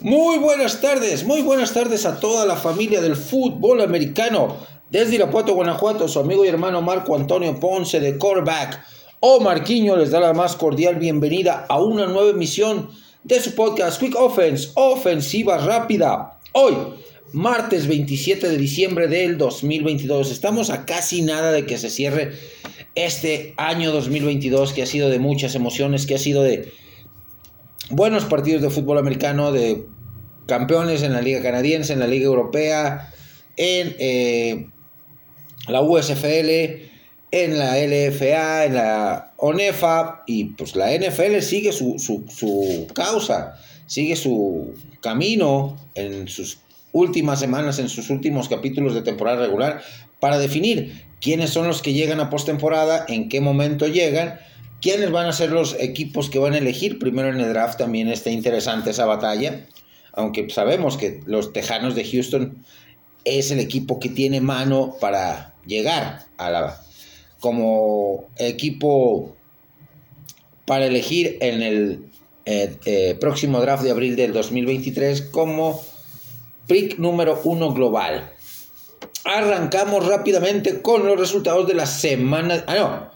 Muy buenas tardes a toda la familia del fútbol americano. Desde Irapuato, Guanajuato, su amigo y hermano Marco Antonio Ponce de quarterback o Marquiño les da la más cordial bienvenida a una nueva emisión de su podcast Quick Offense, ofensiva rápida. Hoy, martes 27 de diciembre del 2022, estamos a casi nada de que se cierre este año 2022 que ha sido de muchas emociones, que ha sido de buenos partidos de fútbol americano, de campeones en la Liga Canadiense, en la Liga Europea, en la USFL, en la LFA, en la ONEFA, y pues la NFL sigue su causa, sigue su camino en sus últimas semanas, en sus últimos capítulos de temporada regular, para definir quiénes son los que llegan a postemporada, en qué momento llegan, quiénes van a ser los equipos que van a elegir primero en el draft. También está interesante esa batalla, aunque sabemos que los Tejanos de Houston es el equipo que tiene mano para llegar como equipo para elegir en el próximo draft de abril del 2023 como pick número 1 global. Arrancamos rápidamente con los resultados de la semana.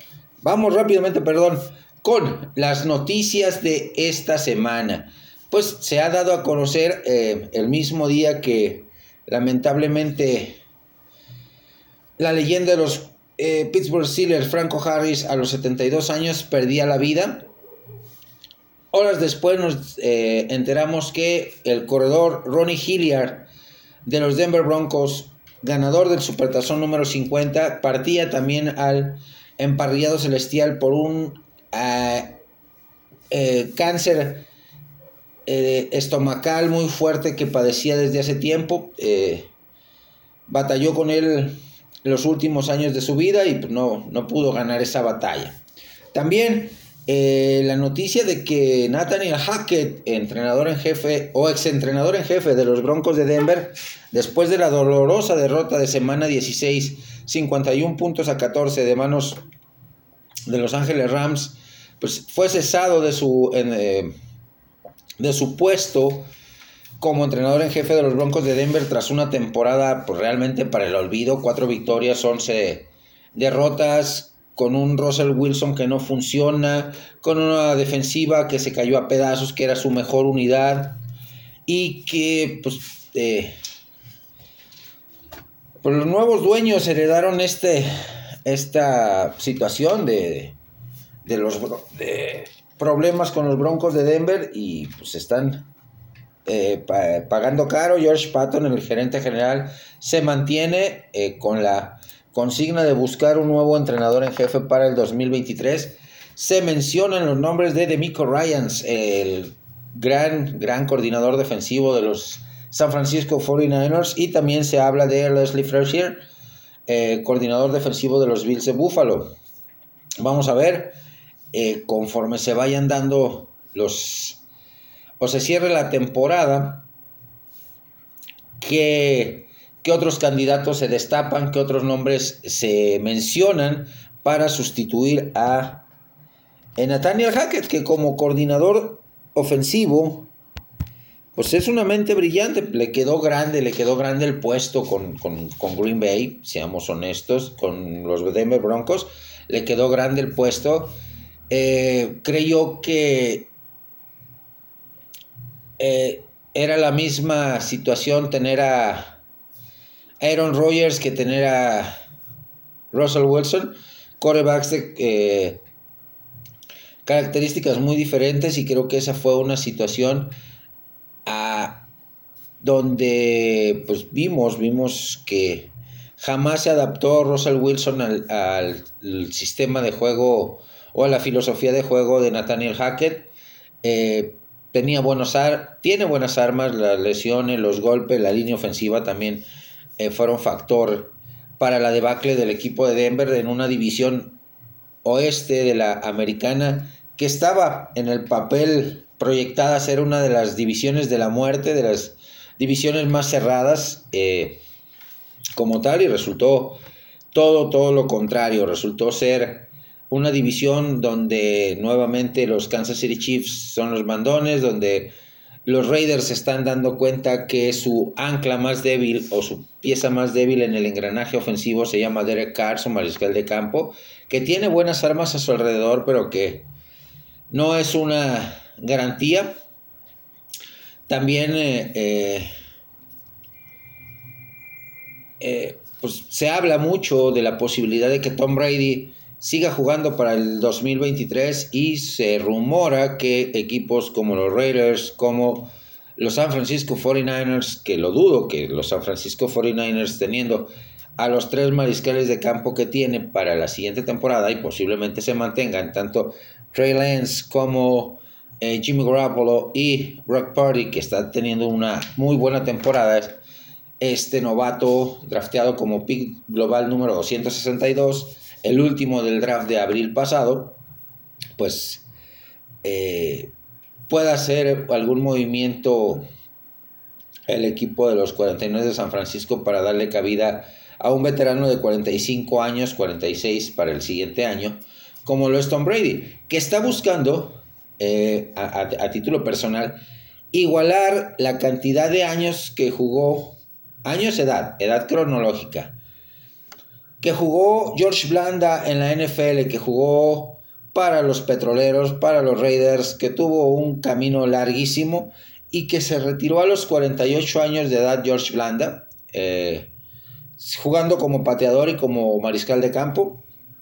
Con las noticias de esta semana. Pues se ha dado a conocer el mismo día que lamentablemente la leyenda de los Pittsburgh Steelers, Franco Harris, a los 72 años perdía la vida. Horas después nos enteramos que el corredor Ronnie Hilliard de los Denver Broncos, ganador del Supertazón número 50, partía también al emparrillado celestial por un cáncer estomacal muy fuerte que padecía desde hace tiempo. Batalló con él los últimos años de su vida y no pudo ganar esa batalla. También la noticia de que Nathaniel Hackett, entrenador en jefe o exentrenador en jefe de los Broncos de Denver, después de la dolorosa derrota de semana 16, 51-14 de manos de Los Ángeles Rams, pues fue cesado de su puesto como entrenador en jefe de los Broncos de Denver tras una temporada pues realmente para el olvido. 4 victorias, 11 derrotas, con un Russell Wilson que no funciona, con una defensiva que se cayó a pedazos, que era su mejor unidad, y que pues los nuevos dueños heredaron esta situación de problemas con los Broncos de Denver y pues están pagando caro. George Patton, el gerente general, se mantiene con la consigna de buscar un nuevo entrenador en jefe para el 2023. Se mencionan los nombres de DeMeco Ryans, el gran coordinador defensivo de los San Francisco 49ers, y también se habla de Leslie Frazier, coordinador defensivo de los Bills de Buffalo. Vamos a ver conforme se vayan dando o se cierre la temporada, qué otros candidatos se destapan, qué otros nombres se mencionan para sustituir a Nathaniel Hackett, que como coordinador ofensivo pues es una mente brillante. Le quedó grande el puesto con Green Bay, seamos honestos, con los Denver Broncos, le quedó grande el puesto. Creyó que era la misma situación tener a Aaron Rodgers que tener a Russell Wilson, quarterbacks de características muy diferentes, y creo que esa fue una situación donde pues vimos que jamás se adaptó Russell Wilson al sistema de juego o a la filosofía de juego de Nathaniel Hackett. Tiene buenas armas, las lesiones, los golpes, la línea ofensiva también fueron factor para la debacle del equipo de Denver en una división oeste de la americana que estaba en el papel proyectada a ser una de las divisiones de la muerte, de las divisiones más cerradas como tal, y resultó todo lo contrario. Resultó ser una división donde nuevamente los Kansas City Chiefs son los mandones, donde los Raiders se están dando cuenta que su ancla más débil o su pieza más débil en el engranaje ofensivo se llama Derek Carr, su mariscal de campo, que tiene buenas armas a su alrededor, pero que no es una garantía. También pues se habla mucho de la posibilidad de que Tom Brady siga jugando para el 2023 y se rumora que equipos como los Raiders, como los San Francisco 49ers, que lo dudo que los San Francisco 49ers teniendo a los 3 mariscales de campo que tiene para la siguiente temporada y posiblemente se mantengan tanto Trey Lance como Jimmy Garoppolo y Brock Purdy, que está teniendo una muy buena temporada. Este novato drafteado como pick global número 262, el último del draft de abril pasado, pues pueda hacer algún movimiento el equipo de los 49 de San Francisco para darle cabida a un veterano de 45 años, 46 para el siguiente año, como lo es Tom Brady, que está buscando, a título personal, igualar la cantidad de años que jugó, edad cronológica, que jugó George Blanda en la NFL, que jugó para los Petroleros, para los Raiders, que tuvo un camino larguísimo y que se retiró a los 48 años de edad George Blanda, jugando como pateador y como mariscal de campo.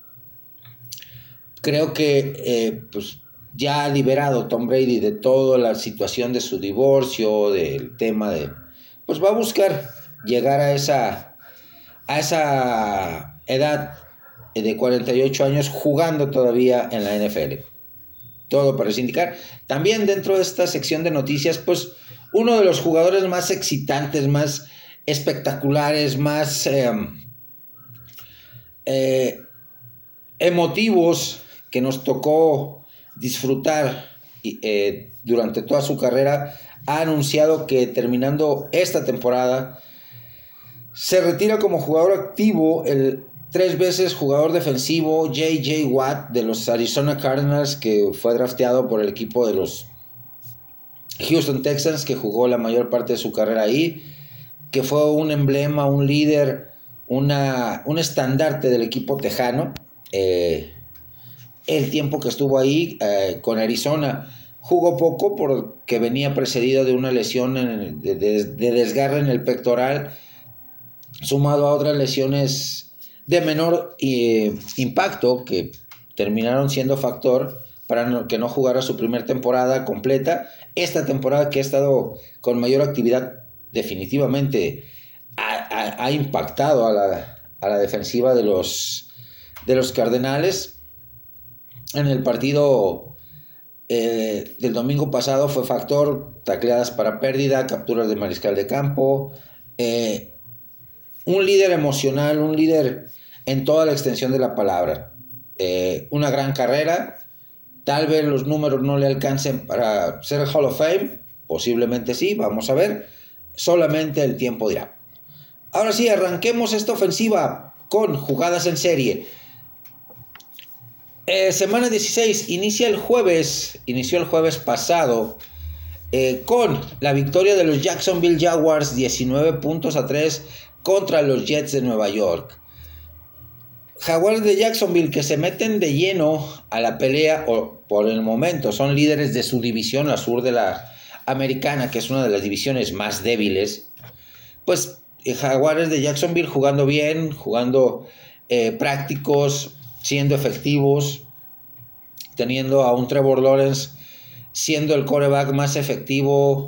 Creo que pues ya ha liberado Tom Brady de toda la situación de su divorcio, del tema de, pues va a buscar llegar a esa edad de 48 años jugando todavía en la NFL. Todo parece indicar. También dentro de esta sección de noticias, pues uno de los jugadores más excitantes, más espectaculares, más emotivos que nos tocó disfrutar durante toda su carrera, ha anunciado que terminando esta temporada se retira como jugador activo el 3 veces jugador defensivo J.J. Watt de los Arizona Cardinals, que fue drafteado por el equipo de los Houston Texans, que jugó la mayor parte de su carrera ahí, que fue un emblema, un líder, un estandarte del equipo tejano. El tiempo que estuvo ahí con Arizona, jugó poco porque venía precedido de una lesión de desgarre en el pectoral, sumado a otras lesiones de menor impacto que terminaron siendo factor para que no jugara su primera temporada completa. Esta temporada, que ha estado con mayor actividad, definitivamente ha impactado a la defensiva de los Cardenales. En el partido del domingo pasado fue factor, tacleadas para pérdida, capturas de mariscal de campo, un líder emocional, un líder en toda la extensión de la palabra. Una gran carrera. Tal vez los números no le alcancen para ser Hall of Fame, posiblemente sí, vamos a ver, solamente el tiempo dirá. Ahora sí, arranquemos esta ofensiva con jugadas en serie. Semana 16, inició el jueves pasado con la victoria de los Jacksonville Jaguars 19-3 contra los Jets de Nueva York. Jaguars de Jacksonville, que se meten de lleno a la pelea, o por el momento son líderes de su división, la sur de la americana, que es una de las divisiones más débiles. Pues Jaguars de Jacksonville jugando bien, jugando prácticos, siendo efectivos, teniendo a un Trevor Lawrence siendo el quarterback más efectivo,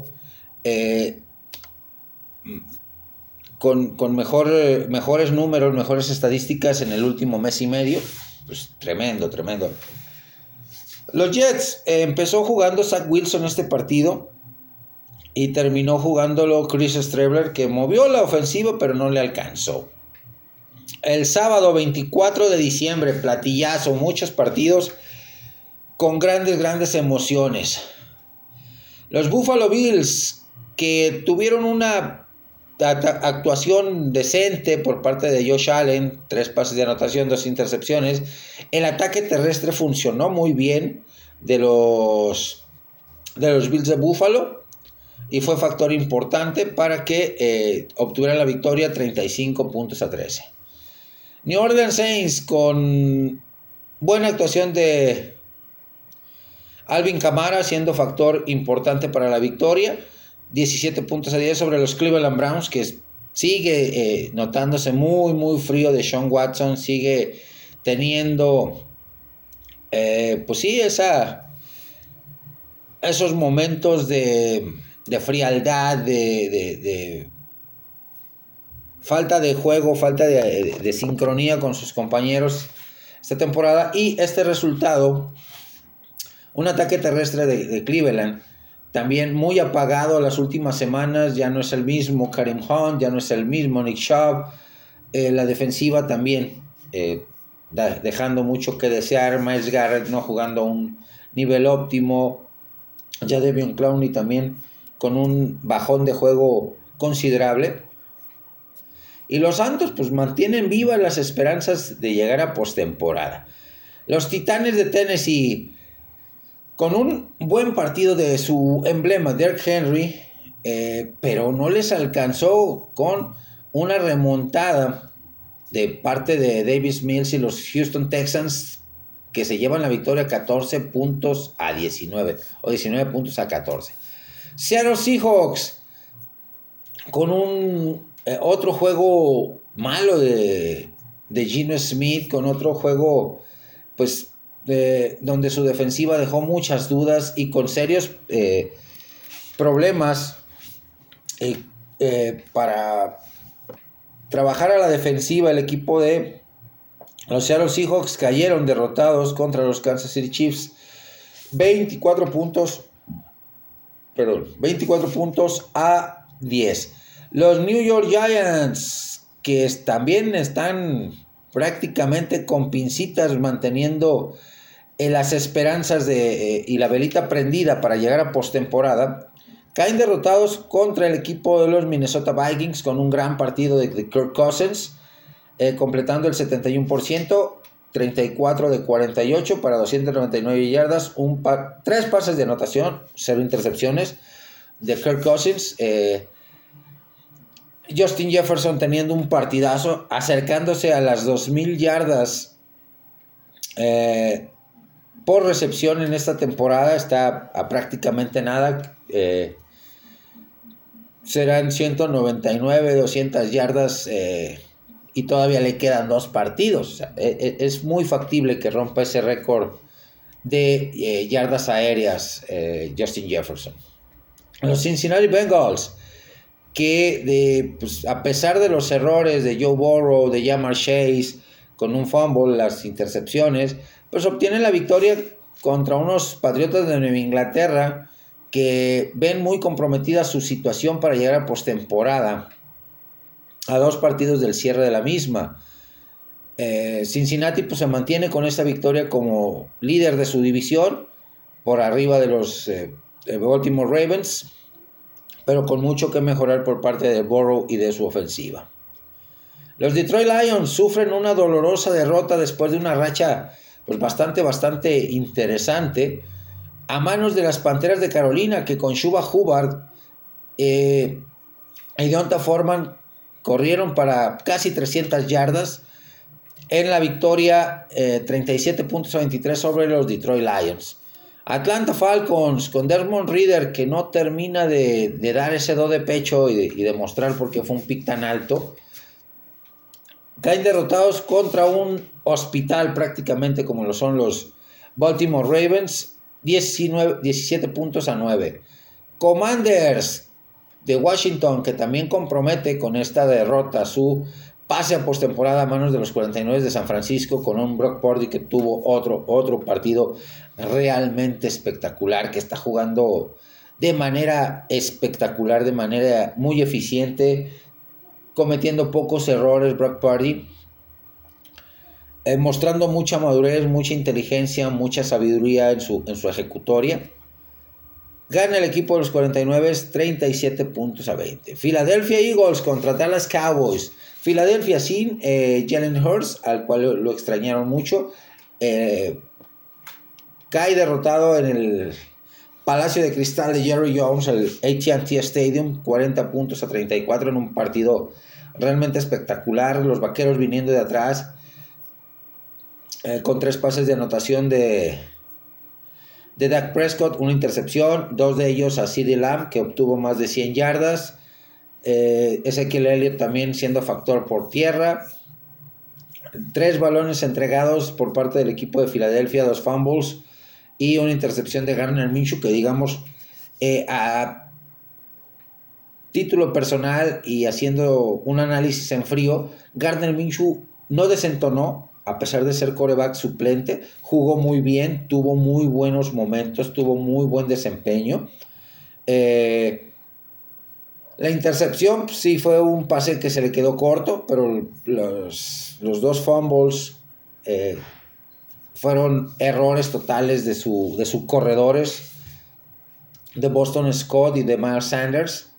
con mejores números, mejores estadísticas en el último mes y medio. Pues tremendo. Los Jets, empezó jugando Zach Wilson este partido y terminó jugándolo Chris Streveler, que movió la ofensiva pero no le alcanzó. El sábado 24 de diciembre, platillazo, muchos partidos con grandes emociones. Los Buffalo Bills, que tuvieron una actuación decente por parte de Josh Allen, 3 pases de anotación, 2 intercepciones. El ataque terrestre funcionó muy bien de los Bills de Buffalo. y fue factor importante para que obtuvieran la victoria 35-13. New Orleans Saints, con buena actuación de Alvin Kamara, siendo factor importante para la victoria, 17-10 sobre los Cleveland Browns, que sigue notándose muy, muy frío de Sean Watson, sigue teniendo, pues sí, esos momentos de frialdad, de falta de juego, falta de sincronía con sus compañeros esta temporada. Y este resultado, un ataque terrestre de Cleveland, también muy apagado las últimas semanas, ya no es el mismo Kareem Hunt, ya no es el mismo Nick Chubb, la defensiva también dejando mucho que desear, Myles Garrett no jugando a un nivel óptimo, Jadeveon Clowney también con un bajón de juego considerable. Y los Santos pues mantienen vivas las esperanzas de llegar a postemporada. Los Titanes de Tennessee, con un buen partido de su emblema, Derrick Henry, pero no les alcanzó con una remontada de parte de Davis Mills y los Houston Texans, que se llevan la victoria 14-19, o 19-14. Seattle Seahawks, con un otro juego malo de Geno Smith, con otro juego pues donde su defensiva dejó muchas dudas y con serios problemas para trabajar a la defensiva. El equipo de los Seattle Seahawks cayeron derrotados contra los Kansas City Chiefs 24 puntos a 10. Los New York Giants, que también están prácticamente con pincitas manteniendo las esperanzas y la velita prendida para llegar a postemporada, caen derrotados contra el equipo de los Minnesota Vikings con un gran partido de Kirk Cousins, completando el 71%, 34 de 48 para 299 yardas, 3 pases de anotación, 0 intercepciones de Kirk Cousins. Justin Jefferson teniendo un partidazo, acercándose a las 2,000 yardas por recepción en esta temporada. Está a prácticamente nada. Serán 199, 200 yardas y todavía le quedan 2 partidos. O sea, es muy factible que rompa ese récord de yardas aéreas Justin Jefferson. Los Cincinnati Bengals, que pues, a pesar de los errores de Joe Burrow, de Ja'Marr Chase, con un fumble, las intercepciones, pues obtienen la victoria contra unos Patriotas de Nueva Inglaterra que ven muy comprometida su situación para llegar a postemporada, a 2 partidos del cierre de la misma. Cincinnati pues, se mantiene con esta victoria como líder de su división, por arriba de los Baltimore Ravens, pero con mucho que mejorar por parte de Burrow y de su ofensiva. Los Detroit Lions sufren una dolorosa derrota después de una racha pues bastante interesante a manos de las Panteras de Carolina, que con Chuba Hubbard y D'Onta Foreman corrieron para casi 300 yardas en la victoria 37-23 sobre los Detroit Lions. Atlanta Falcons, con Desmond Ridder, que no termina de dar ese do de pecho y demostrar por qué fue un pick tan alto, caen derrotados contra un hospital prácticamente como lo son los Baltimore Ravens, 17-9. Commanders de Washington, que también compromete con esta derrota su pase a postemporada a manos de los 49 de San Francisco, con un Brock Purdy que tuvo otro partido realmente espectacular, que está jugando de manera espectacular, de manera muy eficiente, cometiendo pocos errores Brock Purdy, mostrando mucha madurez, mucha inteligencia, mucha sabiduría en su ejecutoria. Gana el equipo de los 49 37-20. Philadelphia Eagles contra Dallas Cowboys. Philadelphia sin Jalen Hurts, al cual lo extrañaron mucho. Cae derrotado en Palacio de Cristal de Jerry Jones, el AT&T Stadium, 40 puntos a 34 en un partido realmente espectacular. Los Vaqueros viniendo de atrás, con 3 pases de anotación de Dak Prescott, una intercepción, 2 de ellos a CeeDee Lamb, que obtuvo más de 100 yardas. Ezekiel Elliott también siendo factor por tierra. 3 balones entregados por parte del equipo de Filadelfia, 2 fumbles y una intercepción de Gardner Minshew, que digamos, a título personal y haciendo un análisis en frío, Gardner Minshew no desentonó, a pesar de ser quarterback suplente, jugó muy bien, tuvo muy buenos momentos, tuvo muy buen desempeño. La intercepción, pues, sí, fue un pase que se le quedó corto, pero los 2 fumbles fueron errores totales de sus corredores, de Boston Scott y de Miles Sanders.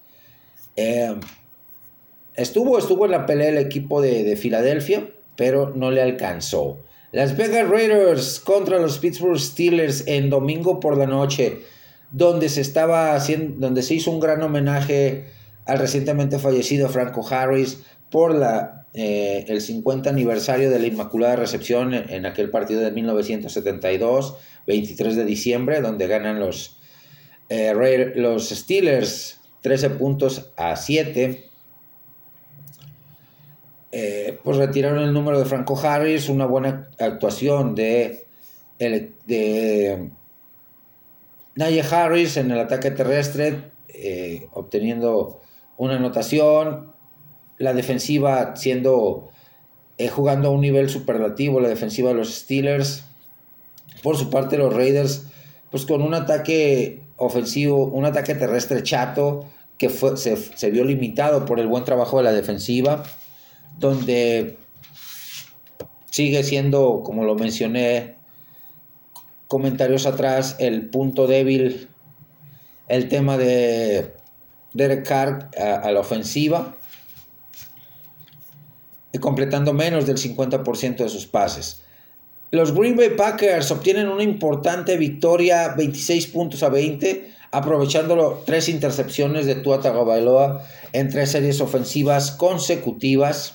Estuvo en la pelea el equipo de Filadelfia, pero no le alcanzó. Las Vegas Raiders contra los Pittsburgh Steelers en domingo por la noche, donde se hizo un gran homenaje al recientemente fallecido Franco Harris por el 50 aniversario de la Inmaculada Recepción en aquel partido de 1972, 23 de diciembre, donde ganan los Steelers 13 puntos a 7. Pues retiraron el número de Franco Harris, una buena actuación de Najee Harris en el ataque terrestre, obteniendo una anotación. La defensiva jugando a un nivel superlativo, la defensiva de los Steelers. Por su parte, los Raiders, pues con un ataque ofensivo, un ataque terrestre chato, que se vio limitado por el buen trabajo de la defensiva, donde sigue siendo, como lo mencioné comentarios atrás, el punto débil, el tema de Derek Carr a la ofensiva, y completando menos del 50% de sus pases. Los Green Bay Packers obtienen una importante victoria, 26 puntos a 20, aprovechando 3 intercepciones de Tua Tagovailoa en 3 series ofensivas consecutivas,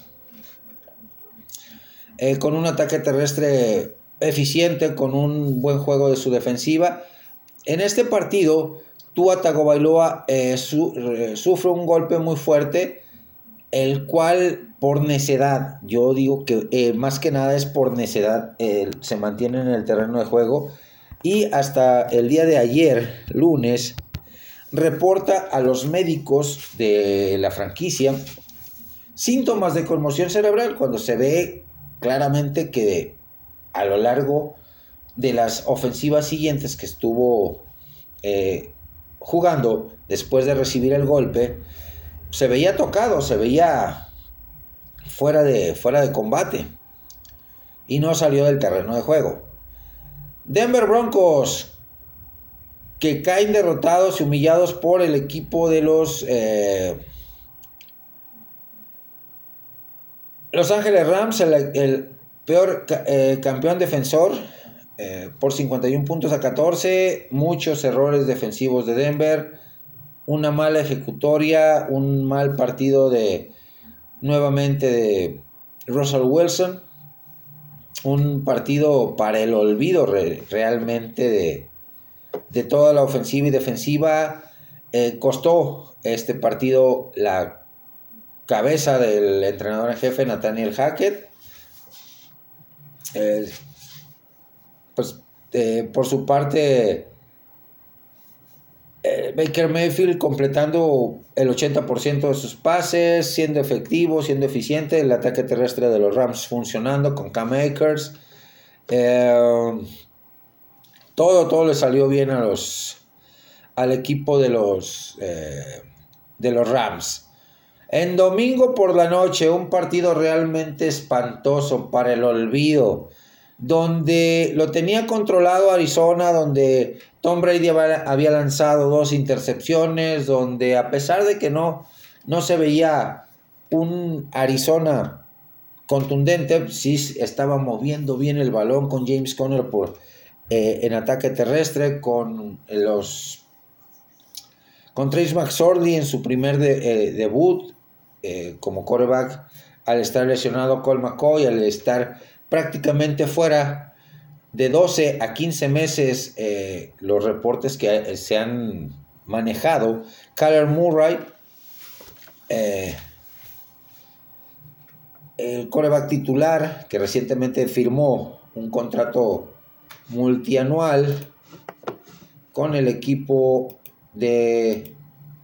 con un ataque terrestre eficiente, con un buen juego de su defensiva. En este partido, Tua Tagovailoa sufre un golpe muy fuerte, el cual por necedad, yo digo que más que nada es por necedad, se mantiene en el terreno de juego, y hasta el día de ayer, lunes, reporta a los médicos de la franquicia síntomas de conmoción cerebral, cuando se ve claramente que a lo largo de las ofensivas siguientes que estuvo jugando después de recibir el golpe, se veía tocado, se veía fuera de combate y no salió del terreno de juego. Denver Broncos, que caen derrotados y humillados por el equipo de Los Ángeles Rams, el peor campeón defensor, por 51 puntos a 14, muchos errores defensivos de Denver, una mala ejecutoria, un mal partido nuevamente de Russell Wilson, un partido para el olvido realmente de toda la ofensiva y defensiva. Costó este partido la cabeza del entrenador en jefe Nathaniel Hackett. Por su parte, Baker Mayfield completando el 80% de sus pases, siendo efectivo, siendo eficiente, el ataque terrestre de los Rams funcionando con Cam Akers. Todo le salió bien al equipo de los Rams. En domingo por la noche, un partido realmente espantoso para el olvido, donde lo tenía controlado Arizona, donde Tom Brady había lanzado 2 intercepciones, donde a pesar de que no se veía un Arizona contundente, sí estaba moviendo bien el balón con James Conner en ataque terrestre, con los con Trace McSorley en su primer debut como quarterback, al estar lesionado Colt McCoy, al estar prácticamente fuera de 12 a 15 meses, los reportes que se han manejado. Kyler Murray, el quarterback titular, que recientemente firmó un contrato multianual con el equipo de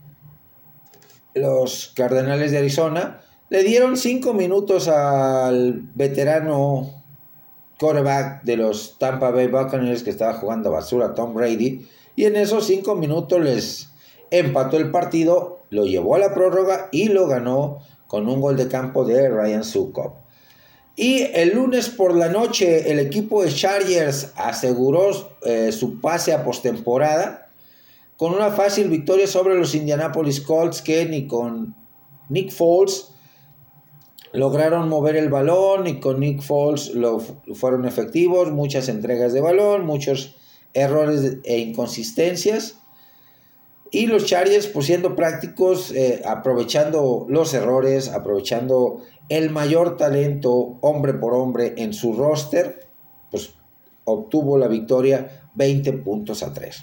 los Cardenales de Arizona, le dieron 5 minutos al veterano quarterback de los Tampa Bay Buccaneers, que estaba jugando basura, Tom Brady, y en esos 5 minutos les empató el partido, lo llevó a la prórroga y lo ganó con un gol de campo de Ryan Succop. Y el lunes por la noche el equipo de Chargers aseguró su pase a postemporada con una fácil victoria sobre los Indianapolis Colts, que ni con Nick Foles lograron mover el balón, y con Nick Foles fueron efectivos. Muchas entregas de balón, muchos errores e inconsistencias. Y los Chargers, pues siendo prácticos, aprovechando los errores, aprovechando el mayor talento hombre por hombre en su roster, pues obtuvo la victoria 20-3.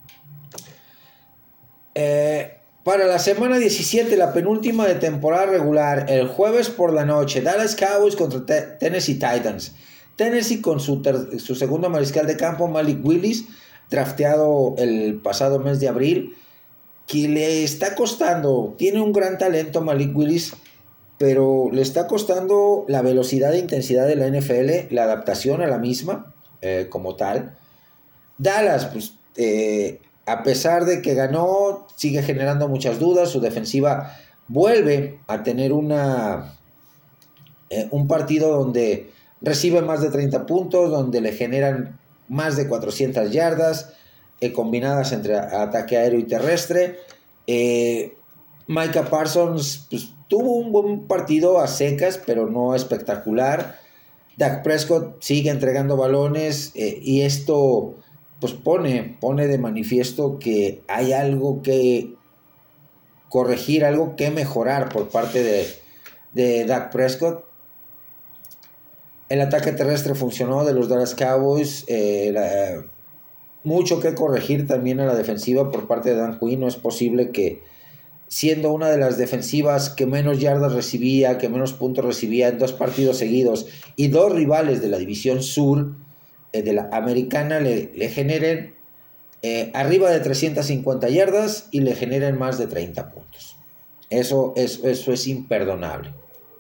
Para la semana 17, la penúltima de temporada regular, el jueves por la noche, Dallas Cowboys contra Tennessee Titans. Tennessee con su segundo mariscal de campo, Malik Willis, drafteado el pasado mes de abril, que le está costando, tiene un gran talento Malik Willis, pero le está costando la velocidad e intensidad de la NFL, la adaptación a la misma como tal. Dallas, pues a pesar de que ganó, sigue generando muchas dudas. Su defensiva vuelve a tener un partido donde recibe más de 30 puntos, donde le generan más de 400 yardas, combinadas entre ataque aéreo y terrestre. Micah Parsons pues, tuvo un buen partido a secas, pero no espectacular. Dak Prescott sigue entregando balones, y esto pues pone de manifiesto que hay algo que corregir, algo que mejorar por parte de Dak Prescott. El ataque terrestre funcionó de los Dallas Cowboys. Mucho que corregir también a la defensiva por parte de Dan Quinn. No es posible que, siendo una de las defensivas que menos yardas recibía, que menos puntos recibía en 2 partidos seguidos, y 2 rivales de la división sur de la americana le generen arriba de 350 yardas y le generen más de 30 puntos. Eso es imperdonable.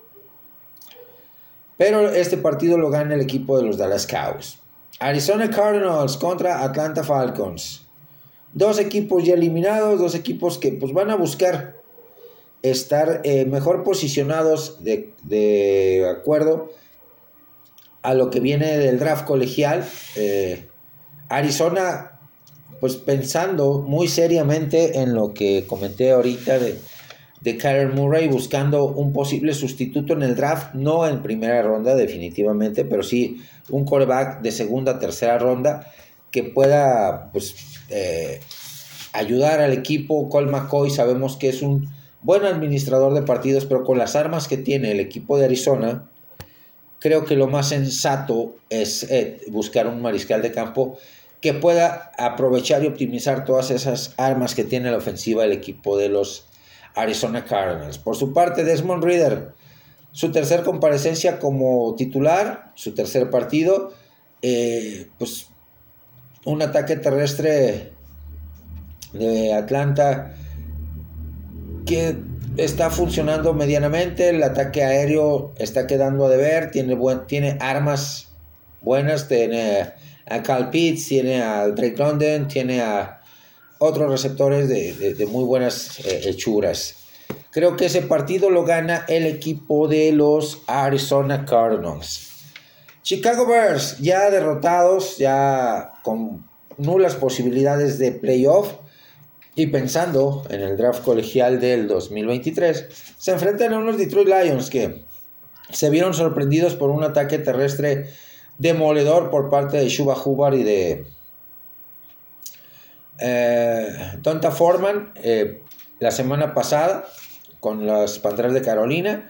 Pero este partido lo gana el equipo de los Dallas Cowboys. Arizona Cardinals contra Atlanta Falcons. 2 equipos ya eliminados, 2 equipos que pues van a buscar estar mejor posicionados de acuerdo a lo que viene del draft colegial. Arizona, pues pensando muy seriamente en lo que comenté ahorita de Kyler Murray, buscando un posible sustituto en el draft, no en primera ronda definitivamente, pero sí un quarterback de segunda, tercera ronda que pueda pues ayudar al equipo. Colt McCoy sabemos que es un buen administrador de partidos, pero con las armas que tiene el equipo de Arizona, creo que lo más sensato es buscar un mariscal de campo que pueda aprovechar y optimizar todas esas armas que tiene la ofensiva el equipo de los Arizona Cardinals. Por su parte, Desmond Ridder, su tercer comparecencia como titular, su tercer partido, pues un ataque terrestre de Atlanta que está funcionando medianamente. El ataque aéreo está quedando a deber, tiene armas buenas, tiene a Kyle Pitts, tiene a Drake London, tiene a otros receptores de muy buenas hechuras. Creo que ese partido lo gana el equipo de los Arizona Cardinals. Chicago Bears, ya derrotados, ya con nulas posibilidades de playoff, y pensando en el draft colegial del 2023, se enfrentan a unos Detroit Lions que se vieron sorprendidos por un ataque terrestre demoledor por parte de Chuba Hubbard y de Donta Foreman la semana pasada con las Panteras de Carolina,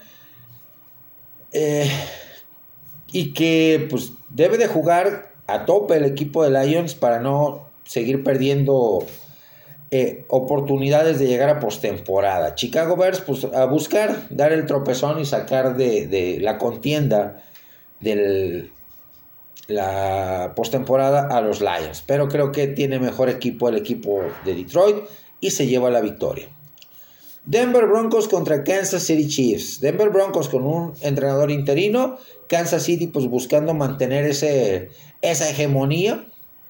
y que pues debe de jugar a tope el equipo de Lions para no seguir perdiendo oportunidades de llegar a postemporada. Chicago Bears pues a buscar dar el tropezón y sacar de la contienda de la postemporada a los Lions, pero creo que tiene mejor equipo el equipo de Detroit y se lleva la victoria. Denver Broncos contra Kansas City Chiefs. Denver Broncos con un entrenador interino, Kansas City pues buscando mantener esa hegemonía,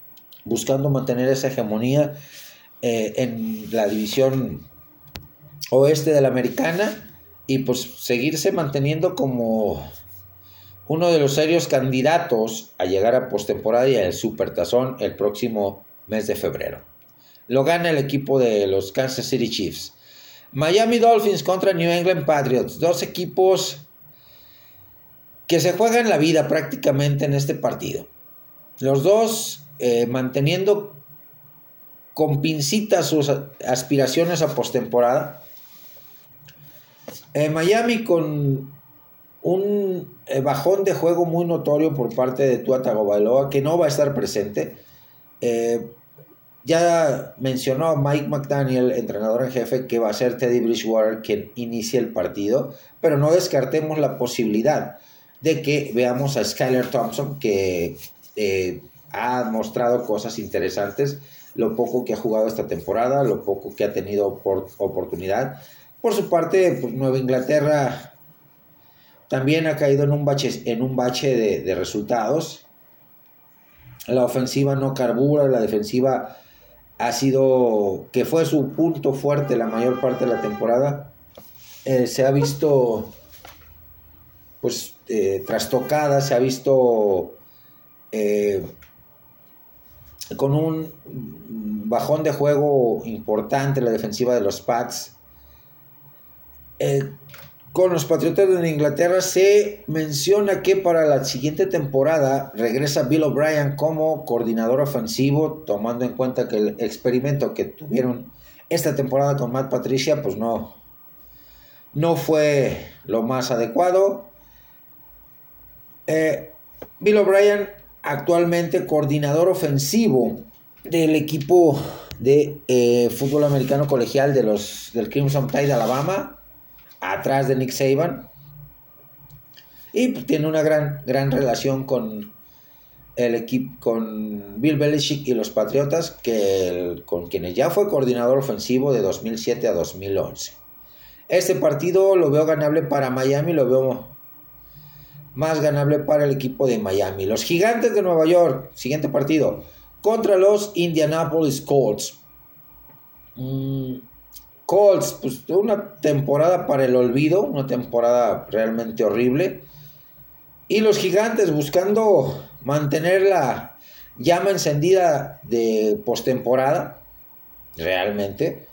en la división oeste de la americana y pues seguirse manteniendo como uno de los serios candidatos a llegar a postemporada y al Supertazón el próximo mes de febrero. Lo gana el equipo de los Kansas City Chiefs. Miami Dolphins contra New England Patriots. Dos equipos que se juegan la vida prácticamente en este partido. Los dos manteniendo con pincitas sus aspiraciones a postemporada. Miami con un bajón de juego muy notorio por parte de Tua Tagovailoa, que no va a estar presente. Ya mencionó Mike McDaniel, entrenador en jefe, que va a ser Teddy Bridgewater quien inicie el partido, pero no descartemos la posibilidad de que veamos a Skylar Thompson, que ha mostrado cosas interesantes, lo poco que ha jugado esta temporada, lo poco que ha tenido oportunidad. Por su parte, pues, Nueva Inglaterra también ha caído en un bache de resultados. La ofensiva no carbura, la defensiva que fue su punto fuerte la mayor parte de la temporada, se ha visto pues trastocada, se ha visto con un bajón de juego importante la defensiva de los Pats. Con los Patriotas de Inglaterra se menciona que para la siguiente temporada regresa Bill O'Brien como coordinador ofensivo, tomando en cuenta que el experimento que tuvieron esta temporada con Matt Patricia pues no fue lo más adecuado. Bill O'Brien, actualmente coordinador ofensivo del equipo de fútbol americano colegial del Crimson Tide de Alabama, atrás de Nick Saban, y pues tiene una gran relación con el equipo, con Bill Belichick y los Patriotas, con quienes ya fue coordinador ofensivo de 2007 a 2011. Este partido lo veo ganable para Miami, lo veo más ganable para el equipo de Miami. Los Gigantes de Nueva York, siguiente partido, contra los Indianapolis Colts. Colts, pues una temporada para el olvido, una temporada realmente horrible. Y los Gigantes buscando mantener la llama encendida de postemporada, realmente.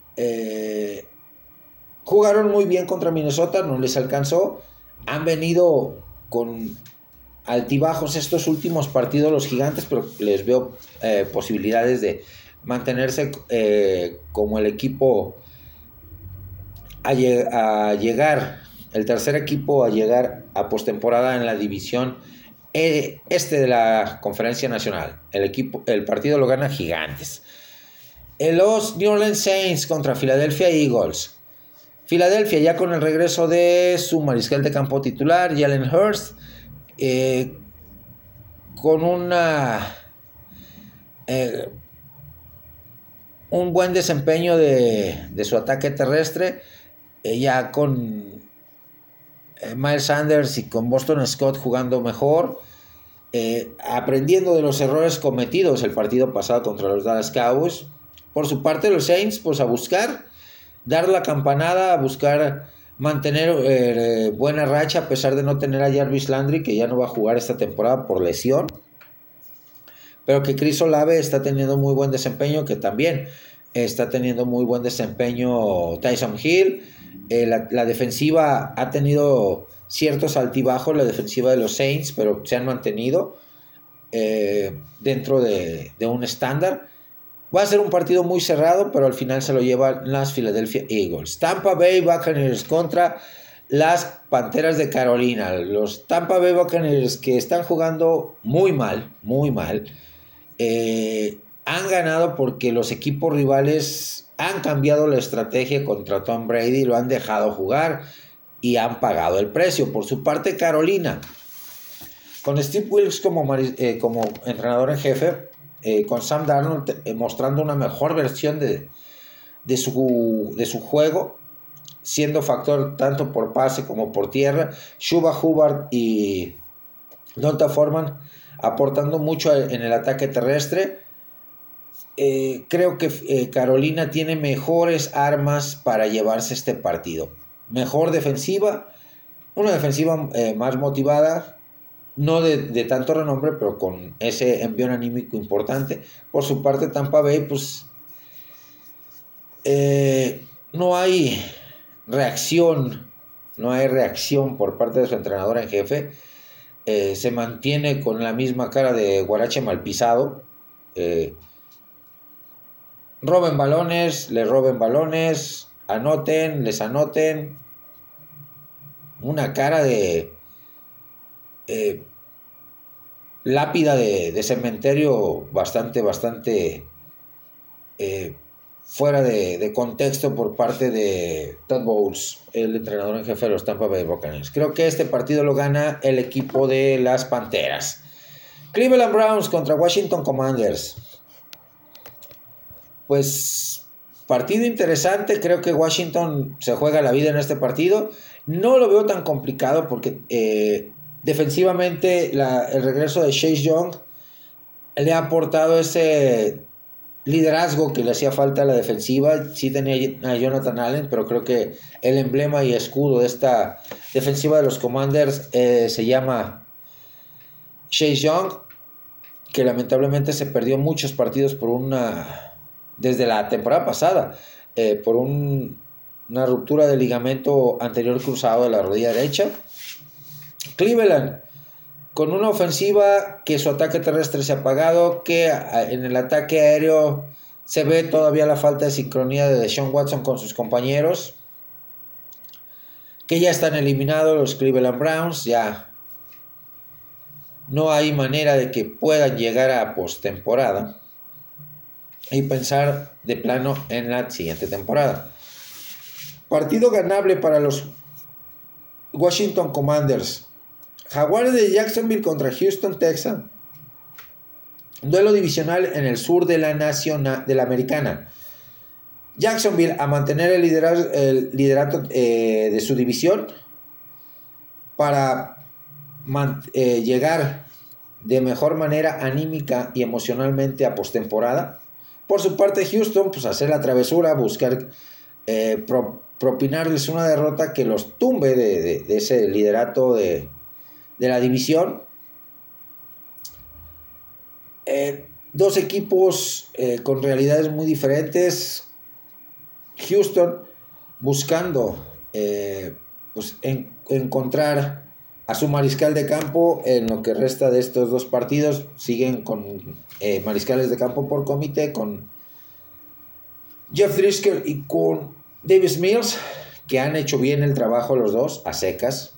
Jugaron muy bien contra Minnesota, no les alcanzó. Han venido con altibajos estos últimos partidos los Gigantes, pero les veo posibilidades de mantenerse como el equipo a llegar, el tercer equipo a llegar a postemporada en la división este de la Conferencia Nacional. El partido lo gana Gigantes. Los New Orleans Saints contra Philadelphia Eagles. Philadelphia ya con el regreso de su mariscal de campo titular, Jalen Hurts, con un buen desempeño de su ataque terrestre, ya con Miles Sanders y con Boston Scott jugando mejor, aprendiendo de los errores cometidos el partido pasado contra los Dallas Cowboys. Por su parte, los Saints, pues a buscar dar la campanada, a buscar mantener buena racha, a pesar de no tener a Jarvis Landry, que ya no va a jugar esta temporada por lesión, pero que Chris Olave está teniendo muy buen desempeño, que también está teniendo muy buen desempeño Tyson Hill. La defensiva ha tenido ciertos altibajos, la defensiva de los Saints, pero se han mantenido dentro de un estándar. Va a ser un partido muy cerrado, pero al final se lo llevan las Philadelphia Eagles. Tampa Bay Buccaneers contra las Panteras de Carolina. Los Tampa Bay Buccaneers, que están jugando muy mal, han ganado porque los equipos rivales han cambiado la estrategia contra Tom Brady, lo han dejado jugar y han pagado el precio. Por su parte, Carolina, con Steve Wilkes como entrenador en jefe, con Sam Darnold mostrando una mejor versión de su juego, siendo factor tanto por pase como por tierra. Chuba Hubbard y Donta Foreman aportando mucho en el ataque terrestre. Creo que Carolina tiene mejores armas para llevarse este partido. Mejor defensiva, una defensiva más motivada, no de tanto renombre, pero con ese envión anímico importante. Por su parte, Tampa Bay, pues no hay reacción por parte de su entrenador en jefe. Se mantiene con la misma cara de guarache mal pisado. Roben balones, les roben balones, les anoten. Una cara de lápida de cementerio bastante fuera de contexto por parte de Todd Bowles, el entrenador en jefe de los Tampa Bay Buccaneers. Creo que este partido lo gana el equipo de las Panteras. Cleveland Browns contra Washington Commanders. Pues partido interesante. Creo que Washington se juega la vida en este partido. No lo veo tan complicado porque defensivamente el regreso de Chase Young le ha aportado ese liderazgo que le hacía falta a la defensiva. Sí tenía a Jonathan Allen, pero creo que el emblema y escudo de esta defensiva de los Commanders se llama Chase Young, que lamentablemente se perdió muchos partidos desde la temporada pasada por una ruptura del ligamento anterior cruzado de la rodilla derecha. Cleveland, con una ofensiva que su ataque terrestre se ha apagado, que en el ataque aéreo se ve todavía la falta de sincronía de Deshaun Watson con sus compañeros, que ya están eliminados los Cleveland Browns. Ya no hay manera de que puedan llegar a postemporada y pensar de plano en la siguiente temporada. Partido ganable para los Washington Commanders. Jaguares de Jacksonville contra Houston Texans. Duelo divisional en el sur de la Americana. Jacksonville a mantener el liderato de su división para llegar de mejor manera anímica y emocionalmente a postemporada. Por su parte, Houston, pues hacer la travesura, buscar propinarles una derrota que los tumbe de ese liderato de la división. Dos equipos con realidades muy diferentes. Houston buscando encontrar a su mariscal de campo en lo que resta de estos dos partidos. Siguen con mariscales de campo por comité, con Jeff Driscoll y con Davis Mills, que han hecho bien el trabajo los dos a secas.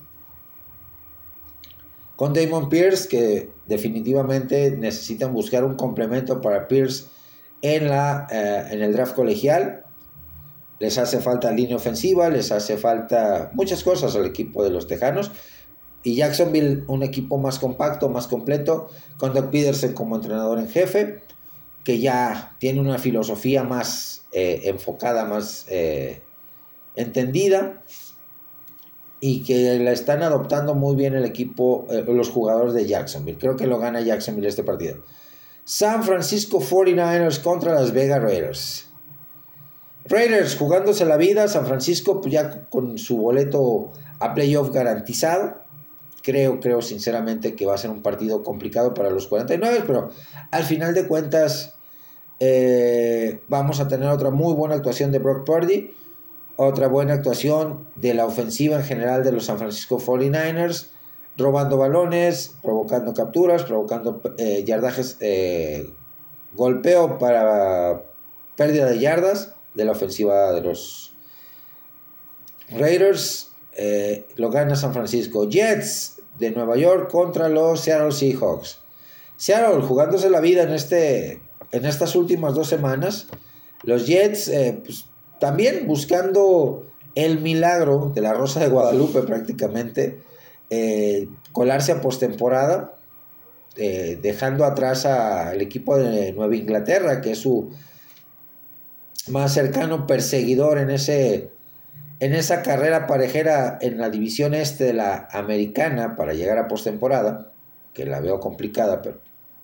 Con Damon Pierce, que definitivamente necesitan buscar un complemento para Pierce en el draft colegial. Les hace falta línea ofensiva, les hace falta muchas cosas al equipo de los Tejanos. Y Jacksonville, un equipo más compacto, más completo, con Doug Peterson como entrenador en jefe, que ya tiene una filosofía más enfocada, más entendida, y que la están adoptando muy bien el equipo, los jugadores de Jacksonville. Creo que lo gana Jacksonville este partido. San Francisco 49ers contra Las Vegas Raiders. Raiders jugándose la vida. San Francisco pues ya con su boleto a playoff garantizado. Creo sinceramente que va a ser un partido complicado para los 49, pero al final de cuentas vamos a tener otra muy buena actuación de Brock Purdy, otra buena actuación de la ofensiva en general de los San Francisco 49ers, robando balones, provocando capturas, provocando yardajes golpeo para pérdida de yardas de la ofensiva de los Raiders. Lo gana San Francisco. Jets de Nueva York contra los Seattle Seahawks. Seattle jugándose la vida en estas últimas 2 semanas. Los Jets pues, también buscando el milagro de la Rosa de Guadalupe prácticamente. Colarse a postemporada. Dejando atrás al equipo de Nueva Inglaterra, que es su más cercano perseguidor en esa carrera parejera en la división este de la americana para llegar a postemporada, que la veo complicada, pero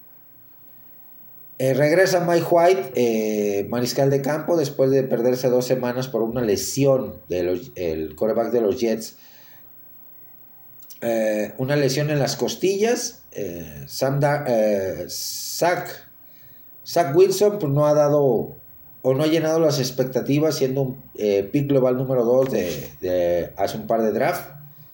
regresa Mike White, mariscal de campo, después de perderse 2 semanas por una lesión el quarterback de los Jets. Una lesión en las costillas. Zach Wilson pues, no ha dado o no ha llenado las expectativas, siendo un pick global número 2 de hace un par de draft.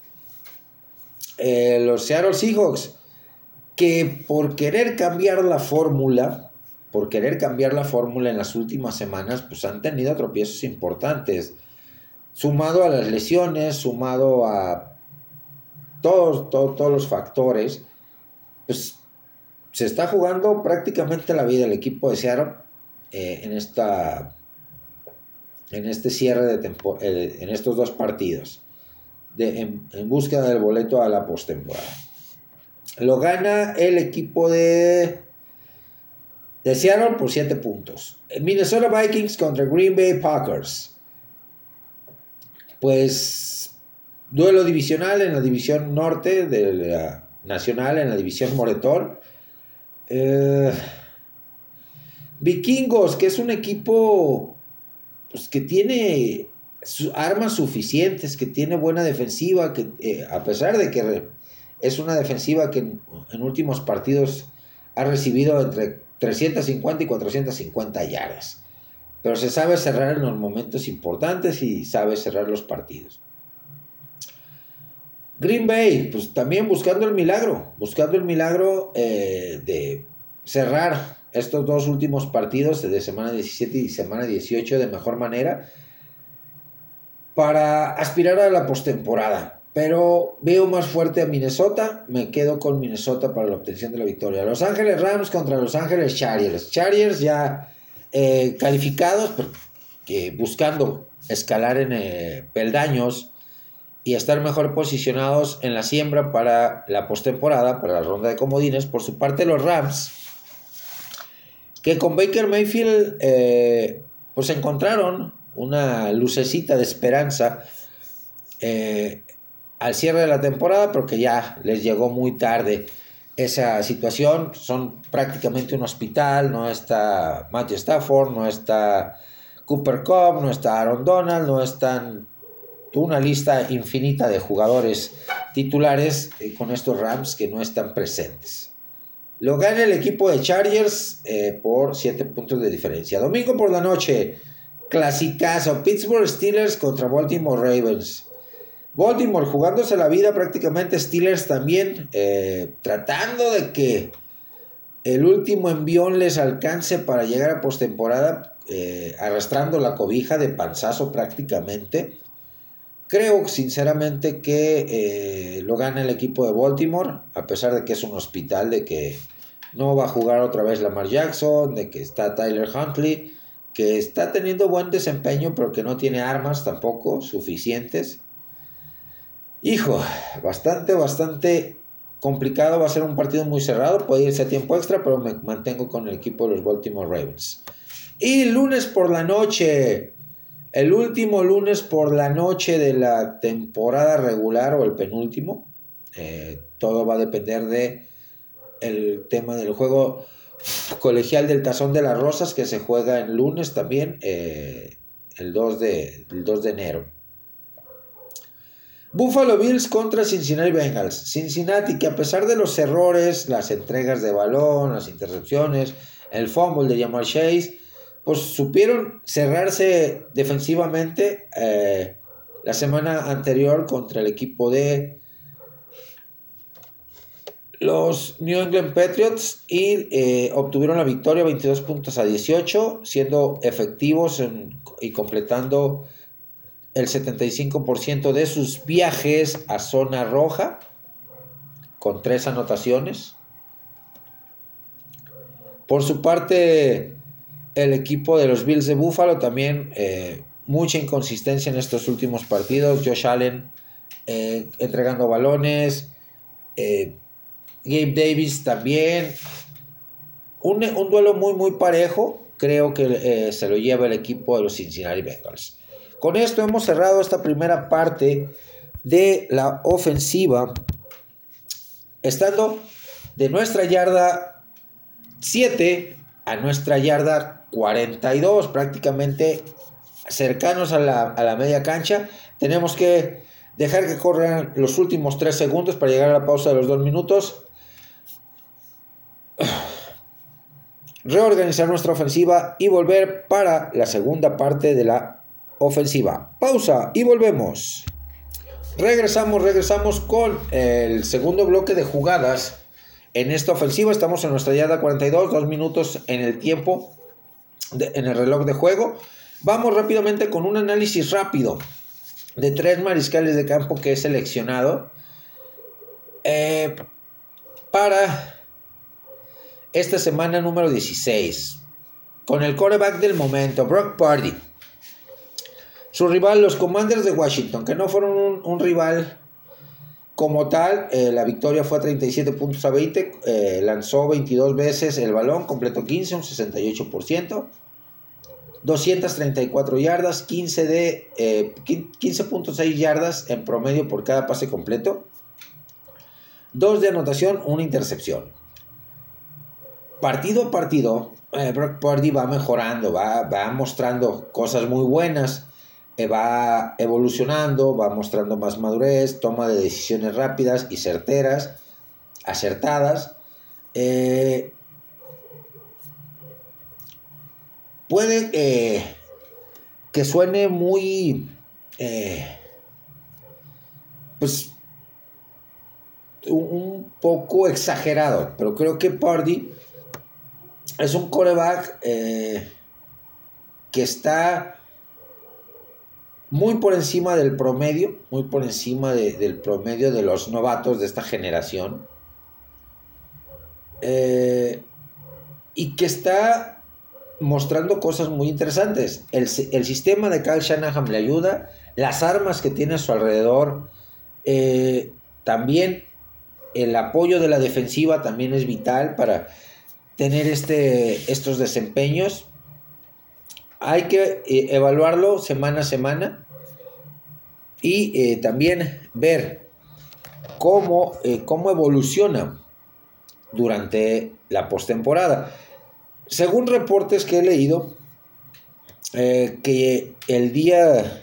Los Seattle Seahawks, que por querer cambiar la fórmula en las últimas semanas, pues han tenido tropiezos importantes, sumado a las lesiones, sumado a todos los factores, pues se está jugando prácticamente la vida el equipo de Seattle en este cierre de temporada, en estos 2 partidos, en búsqueda del boleto a la postemporada. Lo gana el equipo de Seattle por 7 puntos. Minnesota Vikings contra Green Bay Packers. Pues duelo divisional en la división norte de la nacional, en la división Moretón. Vikingos, que es un equipo pues, que tiene armas suficientes, que tiene buena defensiva, que a pesar de que es una defensiva que en últimos partidos ha recibido entre 350 y 450 yardas, pero se sabe cerrar en los momentos importantes y sabe cerrar los partidos. Green Bay, pues también buscando el milagro de cerrar estos 2 últimos partidos de semana 17 y semana 18 de mejor manera para aspirar a la postemporada. Pero veo más fuerte a Minnesota, me quedo con Minnesota para la obtención de la victoria. Los Ángeles Rams contra Los Ángeles Chargers. Chargers ya calificados, buscando escalar en peldaños y estar mejor posicionados en la siembra para la postemporada, para la ronda de comodines. Por su parte, los Rams, que con Baker Mayfield pues encontraron una lucecita de esperanza al cierre de la temporada, pero que ya les llegó muy tarde esa situación. Son prácticamente un hospital, no está Matthew Stafford, no está Cooper Kupp, no está Aaron Donald, no están una lista infinita de jugadores titulares con estos Rams que no están presentes. Lo gana el equipo de Chargers por 7 puntos de diferencia. Domingo por la noche, clasicazo, Pittsburgh Steelers contra Baltimore Ravens. Baltimore jugándose la vida prácticamente, Steelers también tratando de que el último envión les alcance para llegar a postemporada, arrastrando la cobija de panzazo prácticamente. Creo sinceramente que lo gana el equipo de Baltimore, a pesar de que es un hospital, de que no va a jugar otra vez Lamar Jackson, de que está Tyler Huntley, que está teniendo buen desempeño, pero que no tiene armas tampoco suficientes. Hijo, bastante complicado, va a ser un partido muy cerrado, puede irse a tiempo extra, pero me mantengo con el equipo de los Baltimore Ravens. Y lunes por la noche, el último lunes por la noche de la temporada regular o el penúltimo, todo va a depender de el tema del juego colegial del Tazón de las Rosas, que se juega en lunes también, el 2 de enero. Buffalo Bills contra Cincinnati Bengals. Cincinnati, que a pesar de los errores, las entregas de balón, las intercepciones, el fumble de Ja'Marr Chase, pues supieron cerrarse defensivamente la semana anterior contra el equipo de los New England Patriots y obtuvieron la victoria 22 puntos a 18, siendo efectivos y completando el 75% de sus viajes a zona roja, con 3 anotaciones. Por su parte, el equipo de los Bills de Buffalo también mucha inconsistencia en estos últimos partidos. Josh Allen entregando balones, Gabe Davis también. Un duelo muy parejo. Creo que se lo lleva el equipo de los Cincinnati Bengals. Con esto hemos cerrado esta primera parte de la ofensiva, estando de nuestra yarda 7 a nuestra yarda 42, prácticamente cercanos a la media cancha. Tenemos que dejar que corran los últimos 3 segundos para llegar a la pausa de los 2 minutos. Reorganizar nuestra ofensiva y volver para la segunda parte de la ofensiva. Pausa y volvemos. Regresamos con el segundo bloque de jugadas en esta ofensiva. Estamos en nuestra yarda 42, 2 minutos en el tiempo, en el reloj de juego. Vamos rápidamente con un análisis rápido de 3 mariscales de campo que he seleccionado para esta semana número 16. Con el quarterback del momento, Brock Purdy. Su rival, los Commanders de Washington, que no fueron un rival como tal. La victoria fue a 37 puntos a 20. Lanzó 22 veces el balón, completó 15, un 68%. 234 yardas, 15.6 yardas en promedio por cada pase completo. 2 de anotación, una intercepción. Partido a partido, Brock Purdy va mejorando, va mostrando cosas muy buenas, va evolucionando, va mostrando más madurez, toma de decisiones rápidas y certeras, acertadas. Puede que suene muy pues un poco exagerado, pero creo que Purdy es un quarterback que está muy por encima del promedio, muy por encima del promedio de los novatos de esta generación, y que está mostrando cosas muy interesantes. El sistema de Kyle Shanahan le ayuda, las armas que tiene a su alrededor, también el apoyo de la defensiva también es vital para tener estos desempeños. Hay que evaluarlo semana a semana y también ver cómo evoluciona durante la postemporada. Según reportes que he leído, que el día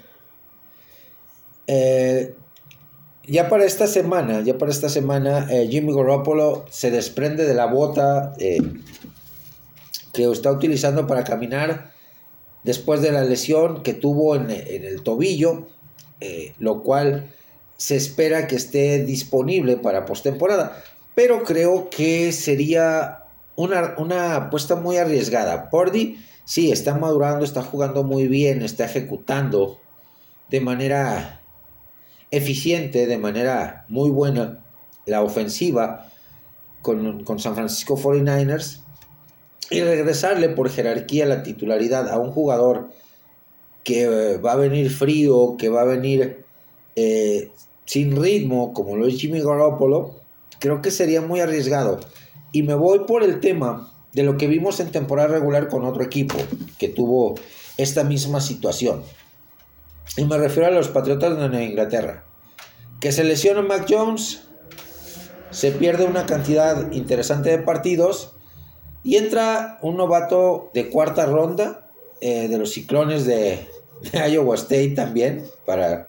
ya para esta semana Jimmy Garoppolo se desprende de la bota que está utilizando para caminar después de la lesión que tuvo en el tobillo, lo cual se espera que esté disponible para postemporada, pero creo que sería una apuesta muy arriesgada. Purdy sí está madurando, está jugando muy bien, está ejecutando de manera eficiente, de manera muy buena la ofensiva con San Francisco 49ers, y regresarle por jerarquía la titularidad a un jugador que va a venir frío, que va a venir sin ritmo, como lo es Jimmy Garoppolo, creo que sería muy arriesgado. Y me voy por el tema de lo que vimos en temporada regular con otro equipo que tuvo esta misma situación. Y me refiero a los Patriotas de Nueva Inglaterra, que se lesiona Mac Jones, se pierde una cantidad interesante de partidos y entra un novato de cuarta ronda de los Ciclones de Iowa State también para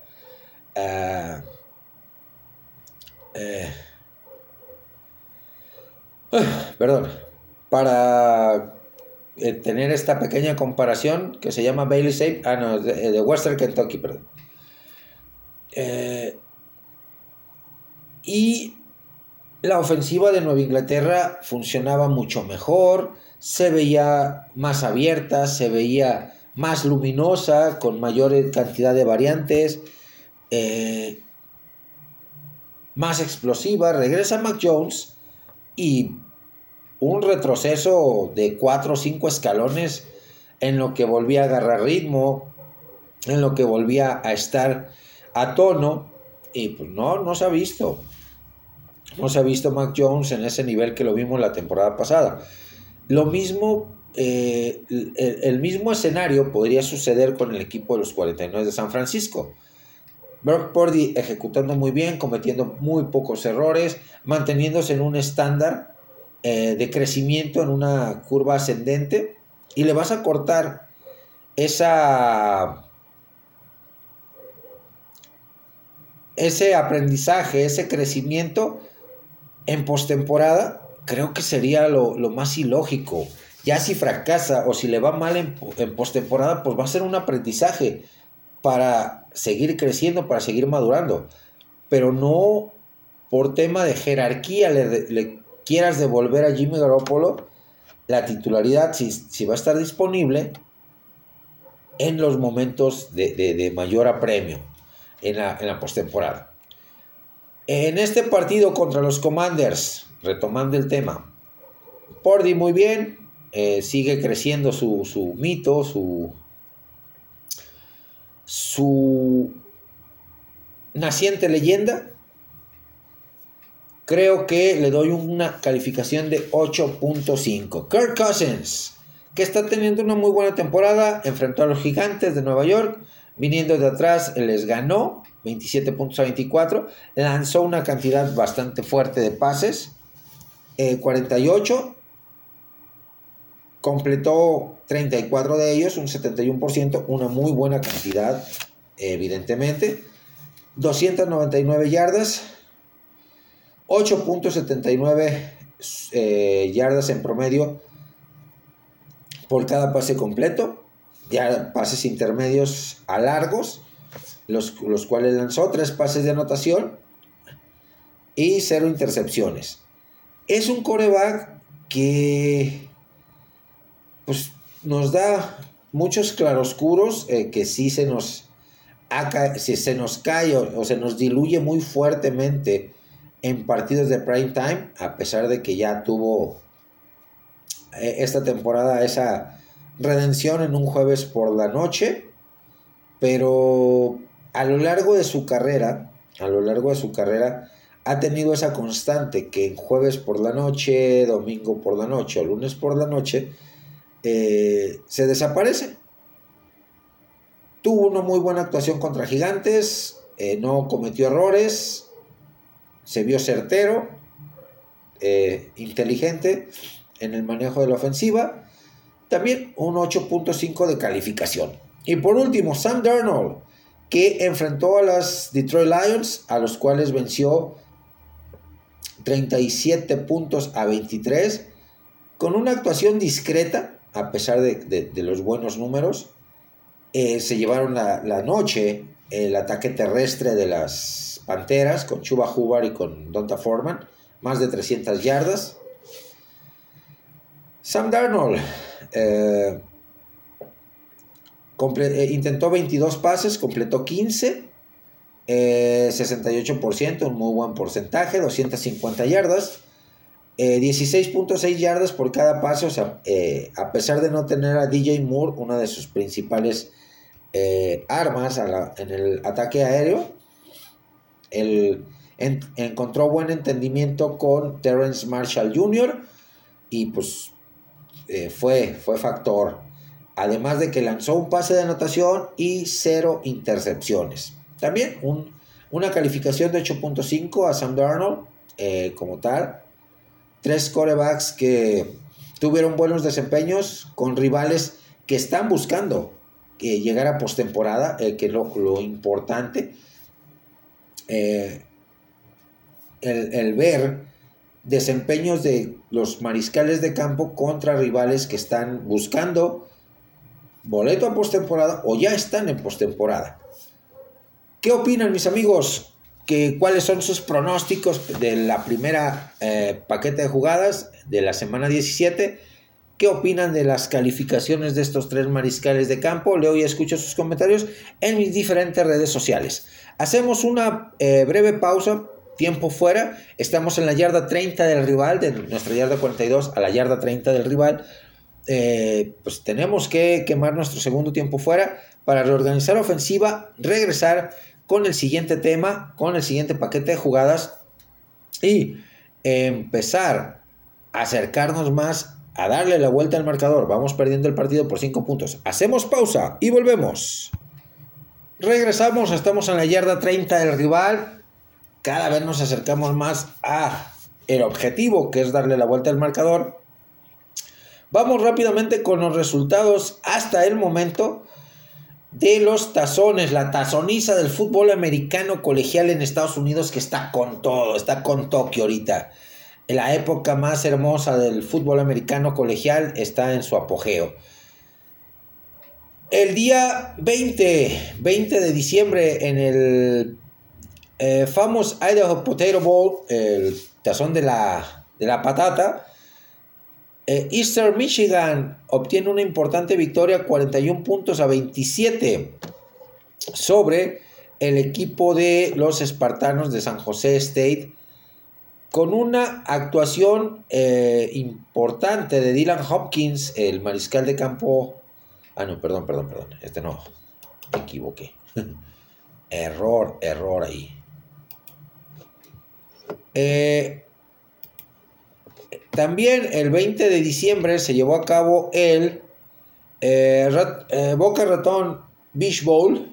tener esta pequeña comparación, que se llama Bailey Zappe, de Western Kentucky, perdón. Y La ofensiva de Nueva Inglaterra funcionaba mucho mejor, se veía más abierta, se veía más luminosa, con mayor cantidad de variantes, eh, más explosiva. Regresa Mac Jones y un retroceso de 4 o 5 escalones en lo que volvía a agarrar ritmo, en lo que volvía a estar a tono, y pues no se ha visto. No se ha visto Mac Jones en ese nivel que lo vimos la temporada pasada. Lo mismo, el mismo escenario podría suceder con el equipo de los 49 de San Francisco. Brock Purdy ejecutando muy bien, cometiendo muy pocos errores, manteniéndose en un estándar de crecimiento en una curva ascendente, y le vas a cortar ese aprendizaje, ese crecimiento en postemporada. Creo que sería lo más ilógico. Ya si fracasa o si le va mal en postemporada, pues va a ser un aprendizaje para seguir creciendo, para seguir madurando. Pero no por tema de jerarquía le quieras devolver a Jimmy Garoppolo la titularidad, si va a estar disponible en los momentos de mayor apremio en la postemporada. En este partido contra los Commanders, retomando el tema, Purdy muy bien, sigue creciendo su mito, su naciente leyenda. Creo que le doy una calificación de 8.5. Kirk Cousins, que está teniendo una muy buena temporada, enfrentó a los Gigantes de Nueva York, viniendo de atrás les ganó 27 puntos a 24, lanzó una cantidad bastante fuerte de pases, 48, completó 34 de ellos, un 71%, una muy buena cantidad, evidentemente, 299 yardas, 8.79 yardas en promedio por cada pase completo, ya pases intermedios a largos, los cuales lanzó 3 pases de anotación y 0 intercepciones. Es un quarterback que pues, nos da muchos claroscuros, que sí se nos cae o se nos diluye muy fuertemente en partidos de prime time, a pesar de que ya tuvo esta temporada esa redención en un jueves por la noche. Pero a lo largo de su carrera ha tenido esa constante que en jueves por la noche, domingo por la noche o lunes por la noche se desaparece. Tuvo una muy buena actuación contra Gigantes, no cometió errores, se vio certero, inteligente en el manejo de la ofensiva. También un 8.5 de calificación. Y por último, Sam Darnold, que enfrentó a las Detroit Lions, a los cuales venció 37 puntos a 23, con una actuación discreta, a pesar de los buenos números. Se llevaron la noche el ataque terrestre de las Panteras, con Chuba Hubbard y con Donta Foreman, más de 300 yardas. Sam Darnold intentó 22 pases, completó 15, 68%, un muy buen porcentaje, 250 yardas, 16.6 yardas por cada pase. O sea, a pesar de no tener a DJ Moore, una de sus principales armas en el ataque aéreo, encontró buen entendimiento con Terrence Marshall Jr. y pues fue factor, además de que lanzó un pase de anotación y 0 intercepciones. También una calificación de 8.5 a Sam Darnold, como tal. 3 quarterbacks que tuvieron buenos desempeños con rivales que están buscando llegar a postemporada, que es lo importante. El ver desempeños de los mariscales de campo contra rivales que están buscando boleto a postemporada o ya están en postemporada. ¿Qué opinan, mis amigos? cuáles son sus pronósticos de la primera paquete de jugadas de la semana 17. ¿Qué opinan de las calificaciones de estos 3 mariscales de campo? Leo y escucho sus comentarios en mis diferentes redes sociales. Hacemos una breve pausa, tiempo fuera. Estamos en la yarda 30 del rival, de nuestra yarda 42 a la yarda 30 del rival. Pues tenemos que quemar nuestro segundo tiempo fuera para reorganizar ofensiva, regresar con el siguiente tema, con el siguiente paquete de jugadas y empezar a acercarnos más a darle la vuelta al marcador. Vamos perdiendo el partido por 5 puntos. Hacemos pausa y volvemos. Regresamos, estamos en la yarda 30 del rival. Cada vez nos acercamos más a el objetivo, que es darle la vuelta al marcador. Vamos rápidamente con los resultados hasta el momento de los tazones, la tazoniza del fútbol americano colegial en Estados Unidos, que está con todo, está con Tokio ahorita. La época más hermosa del fútbol americano colegial está en su apogeo. El día 20 de diciembre en el famous Idaho Potato Bowl, el tazón de la patata, Eastern Michigan obtiene una importante victoria, 41 puntos a 27 sobre el equipo de los espartanos de San José State, con una actuación importante de Dylan Hopkins, el mariscal de campo. Perdón, me equivoqué. Error ahí. También el 20 de diciembre se llevó a cabo el Boca Raton Beach Bowl,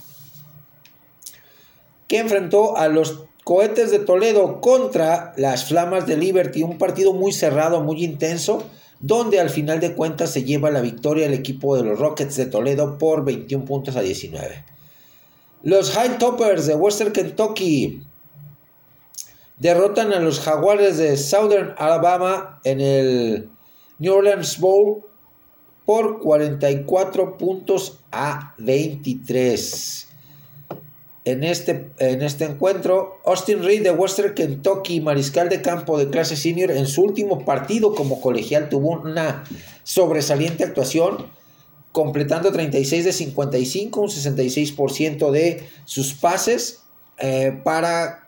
que enfrentó a los Cohetes de Toledo contra las Flamas de Liberty, un partido muy cerrado, muy intenso, donde al final de cuentas se lleva la victoria el equipo de los Rockets de Toledo por 21 puntos a 19. Los High Toppers de Western Kentucky derrotan a los Jaguares de Southern Alabama en el New Orleans Bowl por 44 puntos a 23. En este encuentro, Austin Reed de Western Kentucky, mariscal de campo de clase senior, en su último partido como colegial tuvo una sobresaliente actuación, completando 36 de 55, un 66% de sus pases para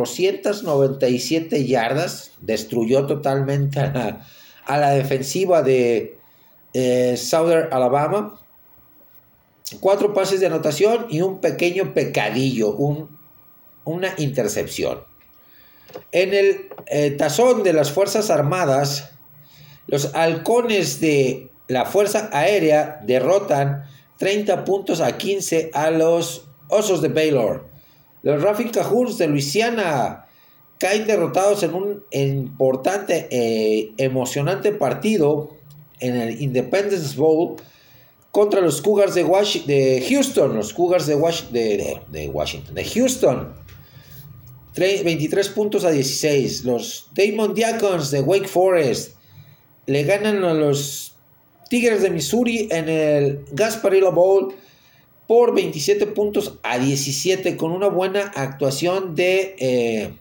497 yardas. Destruyó totalmente a la defensiva de Southern Alabama. 4 pases de anotación y un pequeño pecadillo, una intercepción. En el tazón de las Fuerzas Armadas, los halcones de la Fuerza Aérea derrotan 30 puntos a 15 a los Osos de Baylor. Los Raging Cajuns de Luisiana caen derrotados en un importante emocionante partido en el Independence Bowl contra los Cougars de Houston, los Cougars de Houston, 23 puntos a 16. Los Damon Diacons de Wake Forest le ganan a los Tigres de Missouri en el Gasparilla Bowl por 27 puntos a 17, con una buena actuación de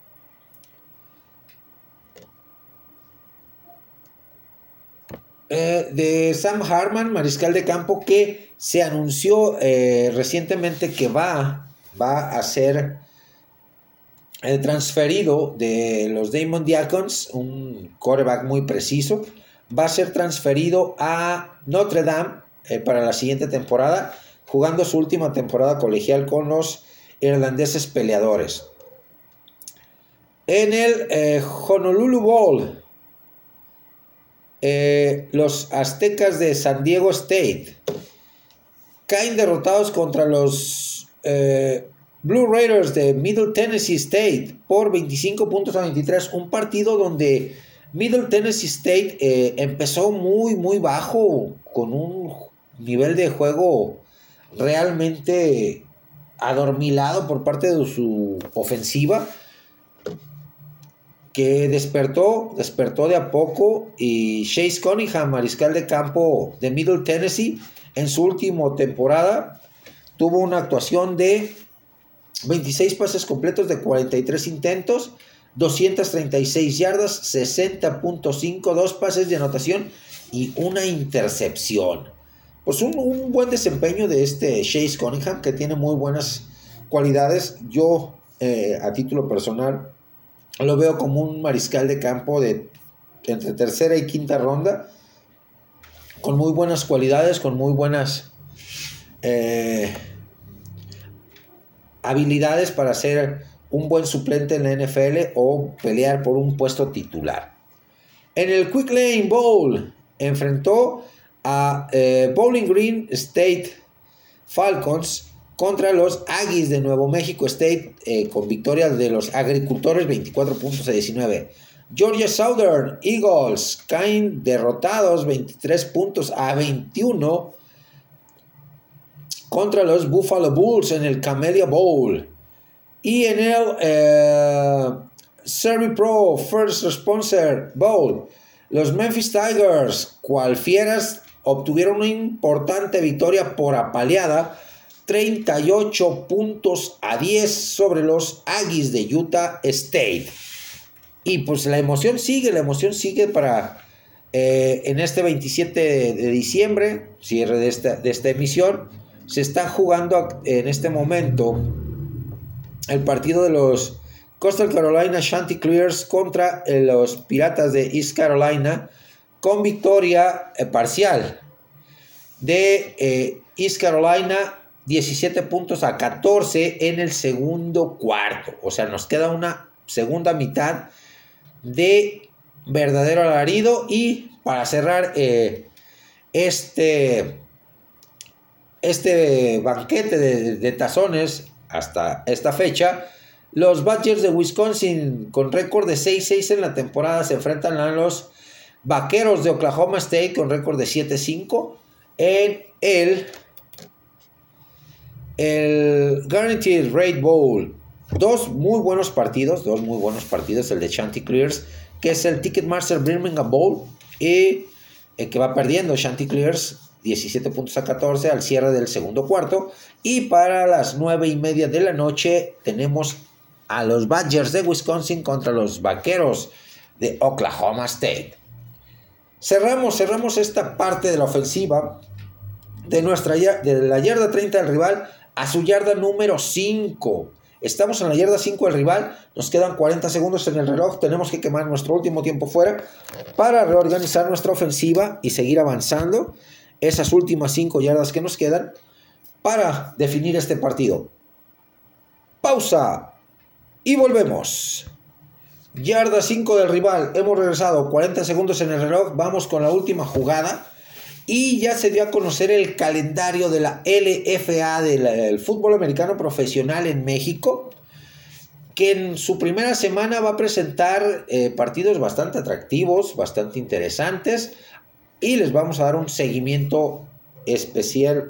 Sam Hartman, mariscal de campo, que se anunció recientemente que va a ser transferido de los Damon Diacons, un quarterback muy preciso. Va a ser transferido a Notre Dame para la siguiente temporada, jugando su última temporada colegial con los irlandeses peleadores. En el Honolulu Bowl, los Aztecas de San Diego State caen derrotados contra los Blue Raiders de Middle Tennessee State por 25 puntos a 23. Un partido donde Middle Tennessee State empezó muy bajo, con un nivel de juego realmente adormilado por parte de su ofensiva, que despertó de a poco, y Chase Cunningham, mariscal de campo de Middle Tennessee, en su última temporada tuvo una actuación de 26 pases completos de 43 intentos, 236 yardas, 60.5, 2 pases de anotación y una intercepción. Pues un buen desempeño de este Chase Cunningham, que tiene muy buenas cualidades. Yo, a título personal, lo veo como un mariscal de campo de entre tercera y quinta ronda, con muy buenas cualidades, con muy buenas habilidades para ser un buen suplente en la NFL o pelear por un puesto titular. En el Quick Lane Bowl enfrentó a Bowling Green State Falcons contra los Aggies de Nuevo México State, con victoria de los agricultores 24 puntos a 19. Georgia Southern Eagles caen derrotados 23 puntos a 21 contra los Buffalo Bulls en el Camellia Bowl. Y en el Servi Pro First Responder Bowl, los Memphis Tigers, cual fieras, obtuvieron una importante victoria por apaleada, 38 puntos a 10 sobre los Aggies de Utah State. Y pues la emoción sigue para en este 27 de diciembre, cierre de esta emisión. Se está jugando en este momento el partido de los Coastal Carolina Chanticleers contra los Piratas de East Carolina, con victoria parcial de East Carolina, 17 puntos a 14 en el segundo cuarto. O sea, nos queda una segunda mitad de verdadero alarido. Y para cerrar este banquete de tazones hasta esta fecha, los Badgers de Wisconsin, con récord de 6-6 en la temporada, se enfrentan a los Vaqueros de Oklahoma State con récord de 7-5 en el Guaranteed Rate Bowl. Dos muy buenos partidos, el de Chanticleers, que es el Ticketmaster Birmingham Bowl, y que va perdiendo Chanticleers 17 puntos a 14 al cierre del segundo cuarto. Y para las 9:30 de la noche tenemos a los Badgers de Wisconsin contra los Vaqueros de Oklahoma State. Cerramos esta parte de la ofensiva de la yarda 30 del rival a su yarda número 5. Estamos en la yarda 5 del rival, nos quedan 40 segundos en el reloj, tenemos que quemar nuestro último tiempo fuera para reorganizar nuestra ofensiva y seguir avanzando esas últimas 5 yardas que nos quedan para definir este partido. Pausa y volvemos. Yarda 5 del rival, hemos regresado, 40 segundos en el reloj, vamos con la última jugada. Y ya se dio a conocer el calendario de la LFA, del fútbol americano profesional en México, que en su primera semana va a presentar partidos bastante atractivos, bastante interesantes, y les vamos a dar un seguimiento especial,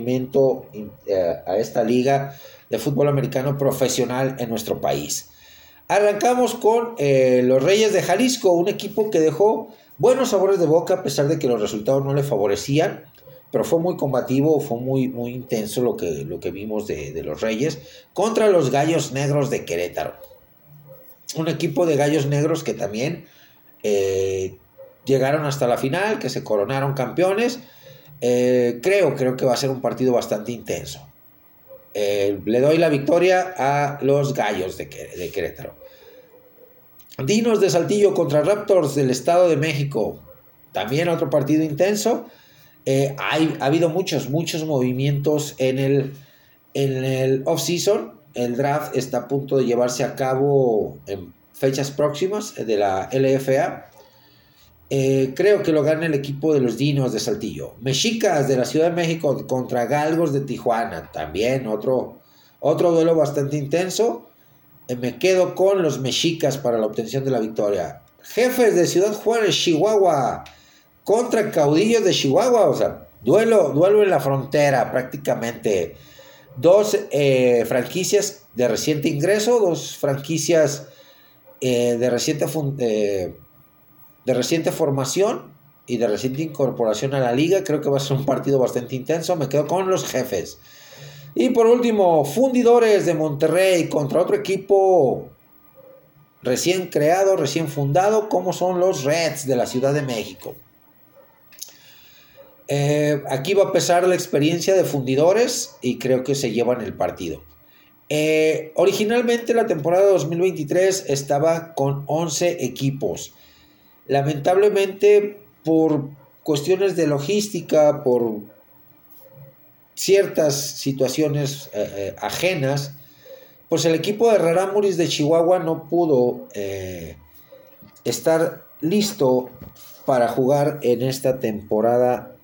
a esta liga de fútbol americano profesional en nuestro país. Arrancamos con los Reyes de Jalisco, un equipo que dejó buenos sabores de boca a pesar de que los resultados no le favorecían, pero fue muy combativo, fue muy intenso lo que vimos de los Reyes contra los Gallos Negros de Querétaro. Un equipo de Gallos Negros que también llegaron hasta la final, que se coronaron campeones. Creo que va a ser un partido bastante intenso. Le doy la victoria a los Gallos de Querétaro. Dinos de Saltillo contra Raptors del Estado de México. También otro partido intenso. Ha habido muchos movimientos en el off-season. El draft está a punto de llevarse a cabo en fechas próximas de la LFA. Creo que lo gana el equipo de los Dinos de Saltillo. Mexicas de la Ciudad de México contra Galgos de Tijuana. También otro duelo bastante intenso. Me quedo con los Mexicas para la obtención de la victoria. Jefes de Ciudad Juárez, Chihuahua, contra Caudillos de Chihuahua. O sea, duelo en la frontera prácticamente. Dos franquicias de reciente ingreso, dos franquicias de reciente formación y de reciente incorporación a la liga. Creo que va a ser un partido bastante intenso. Me quedo con los Jefes. Y por último, Fundidores de Monterrey contra otro equipo recién creado, recién fundado, como son los Reds de la Ciudad de México. Aquí va a pesar la experiencia de Fundidores y creo que se llevan el partido. Originalmente la temporada 2023 estaba con 11 equipos. Lamentablemente, por cuestiones de logística, por ciertas situaciones ajenas, pues el equipo de Rarámuris de Chihuahua no pudo estar listo para jugar en esta temporada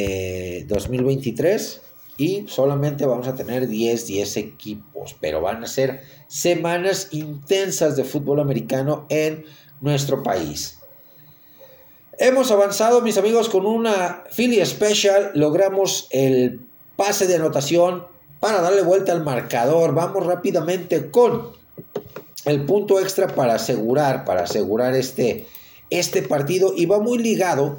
2023 y solamente vamos a tener 10 equipos, pero van a ser semanas intensas de fútbol americano en nuestro país. Hemos avanzado, mis amigos, con una Philly Special. Logramos el pase de anotación para darle vuelta al marcador. Vamos rápidamente con el punto extra para asegurar este partido. Y va muy ligado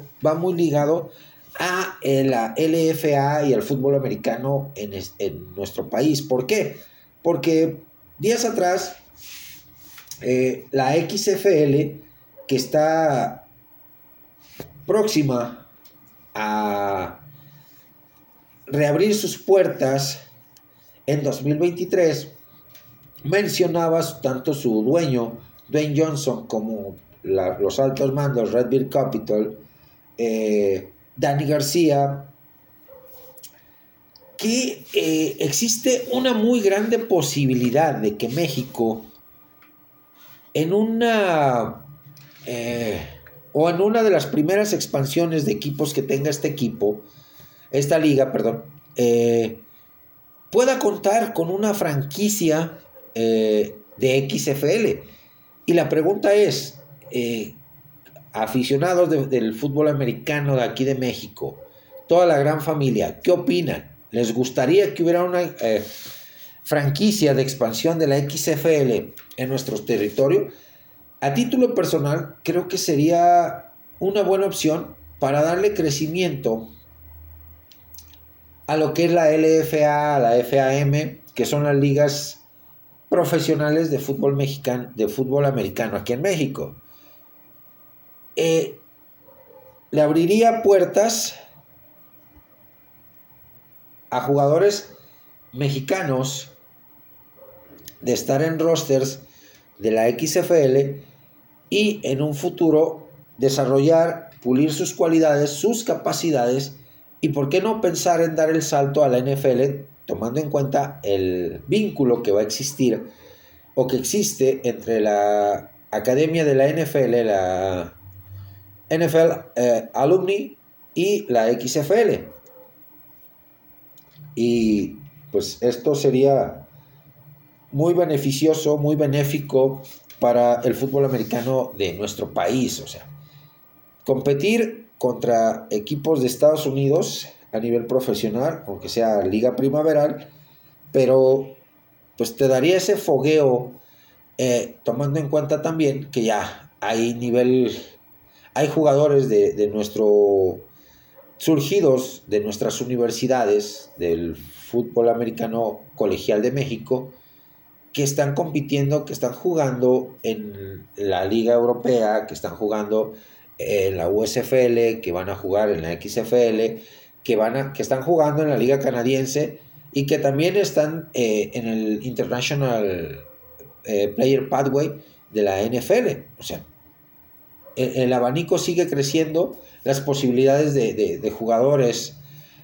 a la LFA y al fútbol americano en nuestro país. ¿Por qué? Porque días atrás la XFL, que está próxima a reabrir sus puertas en 2023, mencionaba tanto su dueño, Dwayne Johnson, como los altos mandos, Red Bear Capital, Dani García, que existe una muy grande posibilidad de que México en una de las primeras expansiones de equipos que tenga esta liga, pueda contar con una franquicia de XFL. Y la pregunta es, aficionados del fútbol americano de aquí de México, toda la gran familia, ¿qué opinan? ¿Les gustaría que hubiera una franquicia de expansión de la XFL en nuestro territorio? A título personal, creo que sería una buena opción para darle crecimiento a lo que es la LFA, la FAM, que son las ligas profesionales de fútbol americano aquí en México. Le abriría puertas a jugadores mexicanos de estar en rosters de la XFL y en un futuro desarrollar, pulir sus cualidades, sus capacidades, y por qué no pensar en dar el salto a la NFL, tomando en cuenta el vínculo que va a existir o que existe entre la academia de la NFL, la NFL Alumni, y la XFL. Y pues esto sería muy beneficioso, muy benéfico para el fútbol americano de nuestro país. O sea, competir contra equipos de Estados Unidos a nivel profesional, aunque sea liga primaveral, pero pues te daría ese fogueo, tomando en cuenta también que ya hay jugadores de nuestro surgidos de nuestras universidades del fútbol americano colegial de México, que están compitiendo, que están jugando en la Liga Europea, que están jugando en la USFL, que van a jugar en la XFL, que están jugando en la Liga Canadiense y que también están en el International Player Pathway de la NFL. O sea, el abanico sigue creciendo, las posibilidades de jugadores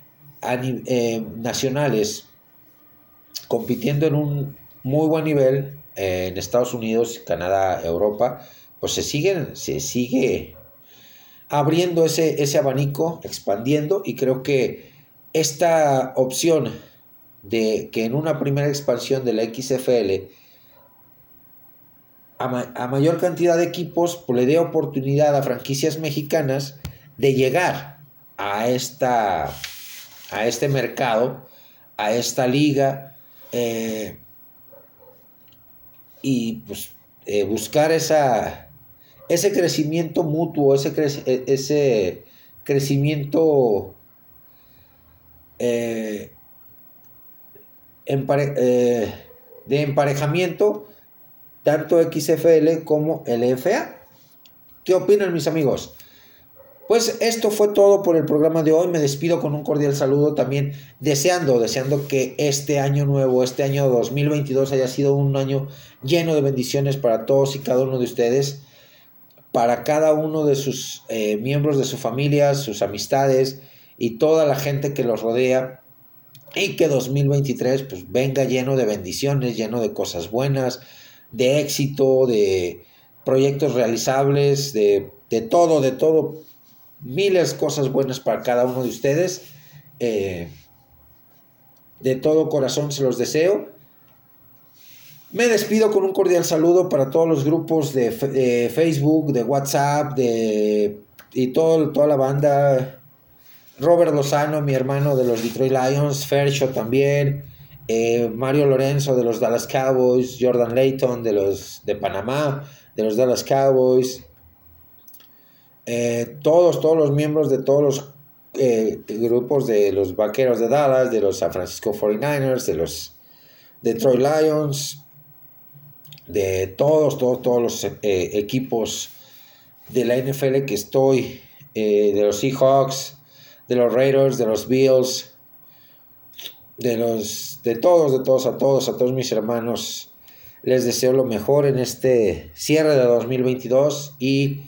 nacionales compitiendo en un muy buen nivel en Estados Unidos, Canadá, Europa, pues se sigue abriendo ese abanico, expandiendo, y creo que esta opción de que en una primera expansión de la XFL a mayor cantidad de equipos pues le dé oportunidad a franquicias mexicanas de llegar a este mercado, a esta liga, y pues buscar ese crecimiento mutuo, ese crecimiento de emparejamiento, tanto XFL como LFA. ¿Qué opinan, mis amigos? Pues esto fue todo por el programa de hoy. Me despido con un cordial saludo también, deseando que este año nuevo, este año 2022 haya sido un año lleno de bendiciones para todos y cada uno de ustedes, para cada uno de sus miembros de su familia, sus amistades y toda la gente que los rodea, y que 2023 pues venga lleno de bendiciones, lleno de cosas buenas, de éxito, de proyectos realizables, de todo, miles de cosas buenas para cada uno de ustedes. De todo corazón se los deseo. Me despido con un cordial saludo para todos los grupos de Facebook, de WhatsApp, y toda la banda. Robert Lozano, mi hermano de los Detroit Lions, Fercho también, Mario Lorenzo de los Dallas Cowboys, Jordan Layton de Panamá, de los Dallas Cowboys, todos los miembros de todos los grupos de los Vaqueros de Dallas, de los San Francisco 49ers, de los Detroit Lions, de todos los equipos de la NFL que estoy, de los Seahawks, de los Raiders, de los Bills, a todos mis hermanos. Les deseo lo mejor en este cierre de 2022 y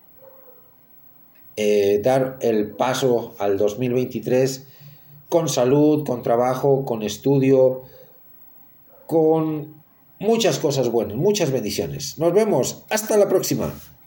dar el paso al 2023 con salud, con trabajo, con estudio, con muchas cosas buenas, muchas bendiciones. Nos vemos, hasta la próxima.